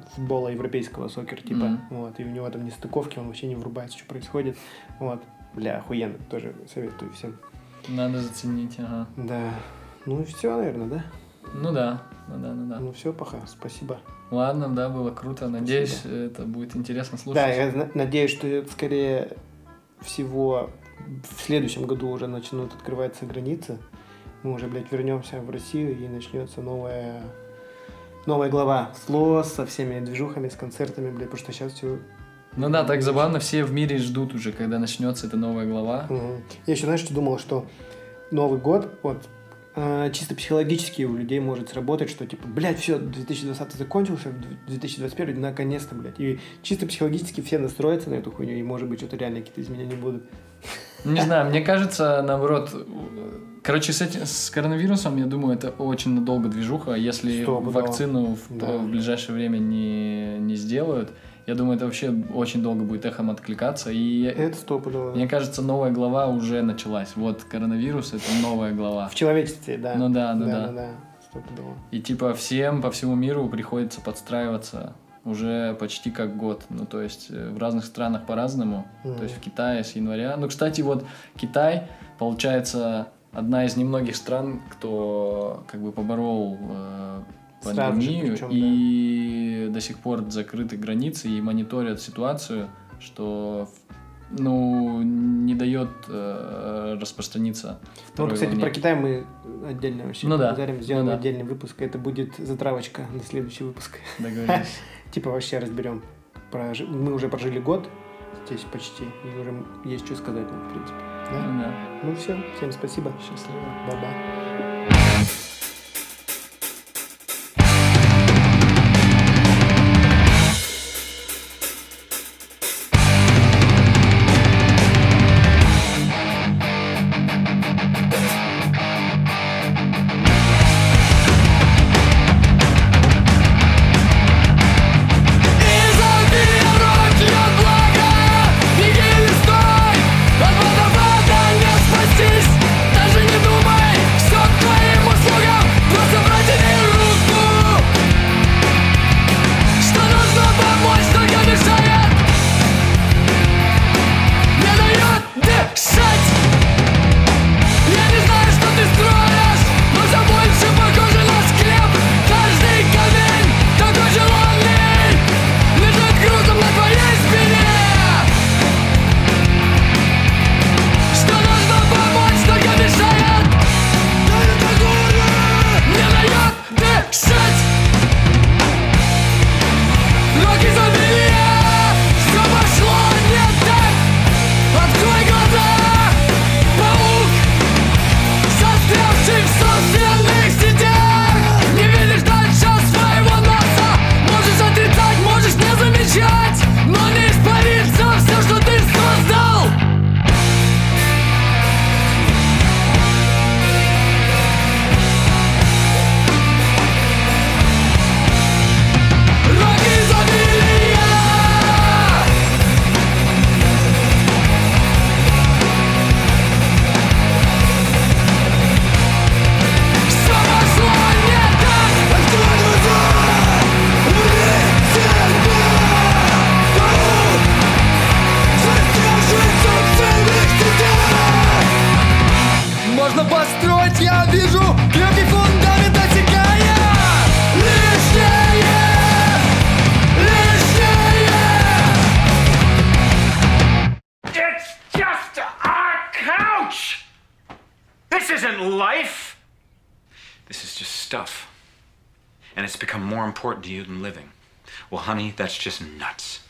футбола европейского, сокер, типа, Мгм. вот, и у него там нестыковки, он вообще не врубается, что происходит, вот, бля, охуенно, тоже советую всем. Надо заценить, ага. Да, ну и все, наверное, да? Ну да, ну да, ну да. Ну все, пока, спасибо. Ладно, да, было круто. Надеюсь, это будет интересно слушать. Да, я зна- надеюсь, что это скорее всего в следующем году уже начнут открываться границы. Мы уже, блядь, вернемся в Россию и начнется новая новая глава с ЛОС, со всеми движухами, с концертами, блядь, потому что сейчас все... Ну да, так забавно, все в мире ждут уже, когда начнется эта новая глава. Я еще, знаешь, что думал, что Новый год, вот, э, чисто психологически у людей может сработать, что типа, блядь, все, две тысячи двадцатый закончился, две тысячи двадцать первый, наконец-то, блядь. И чисто психологически все настроятся на эту хуйню, и может быть, что-то реально какие-то изменения будут. Не знаю, мне кажется, наоборот, короче, с, этим, с коронавирусом, я думаю, это очень надолго движуха. Если Стопудово. вакцину в, Да. в ближайшее время не, не сделают, я думаю, это вообще очень долго будет эхом откликаться. И Это стопудово. мне кажется, новая глава уже началась. Вот коронавирус — это новая глава. В человечестве, да. Ну да, ну да. Да, да, да. Стопудово. И типа всем по всему миру приходится подстраиваться уже почти как год. Ну, то есть э, в разных странах по-разному. Мгм. То есть в Китае с января. Ну, кстати, вот Китай, получается, одна из немногих стран, кто как бы поборол э, Сразу же, пандемию, причем, и до сих пор закрыты границы и мониторят ситуацию, что ну, не дает э, распространиться Ну, второй вот, кстати, волне. про Китай мы отдельно вообще Ну да, поговорим, сделаем ну да. отдельный выпуск. Это будет затравочка на следующий выпуск. Договорились. Типа вообще разберем. Прожи- Мы уже прожили год здесь почти, и уже есть что сказать нам, в принципе. Да? Ну да. Ну все, всем спасибо. Счастливо. Бай-бай. Даже не думай, все к твоим услугам. life? This is just stuff. And it's become more important to you than living. Well, honey, that's just nuts.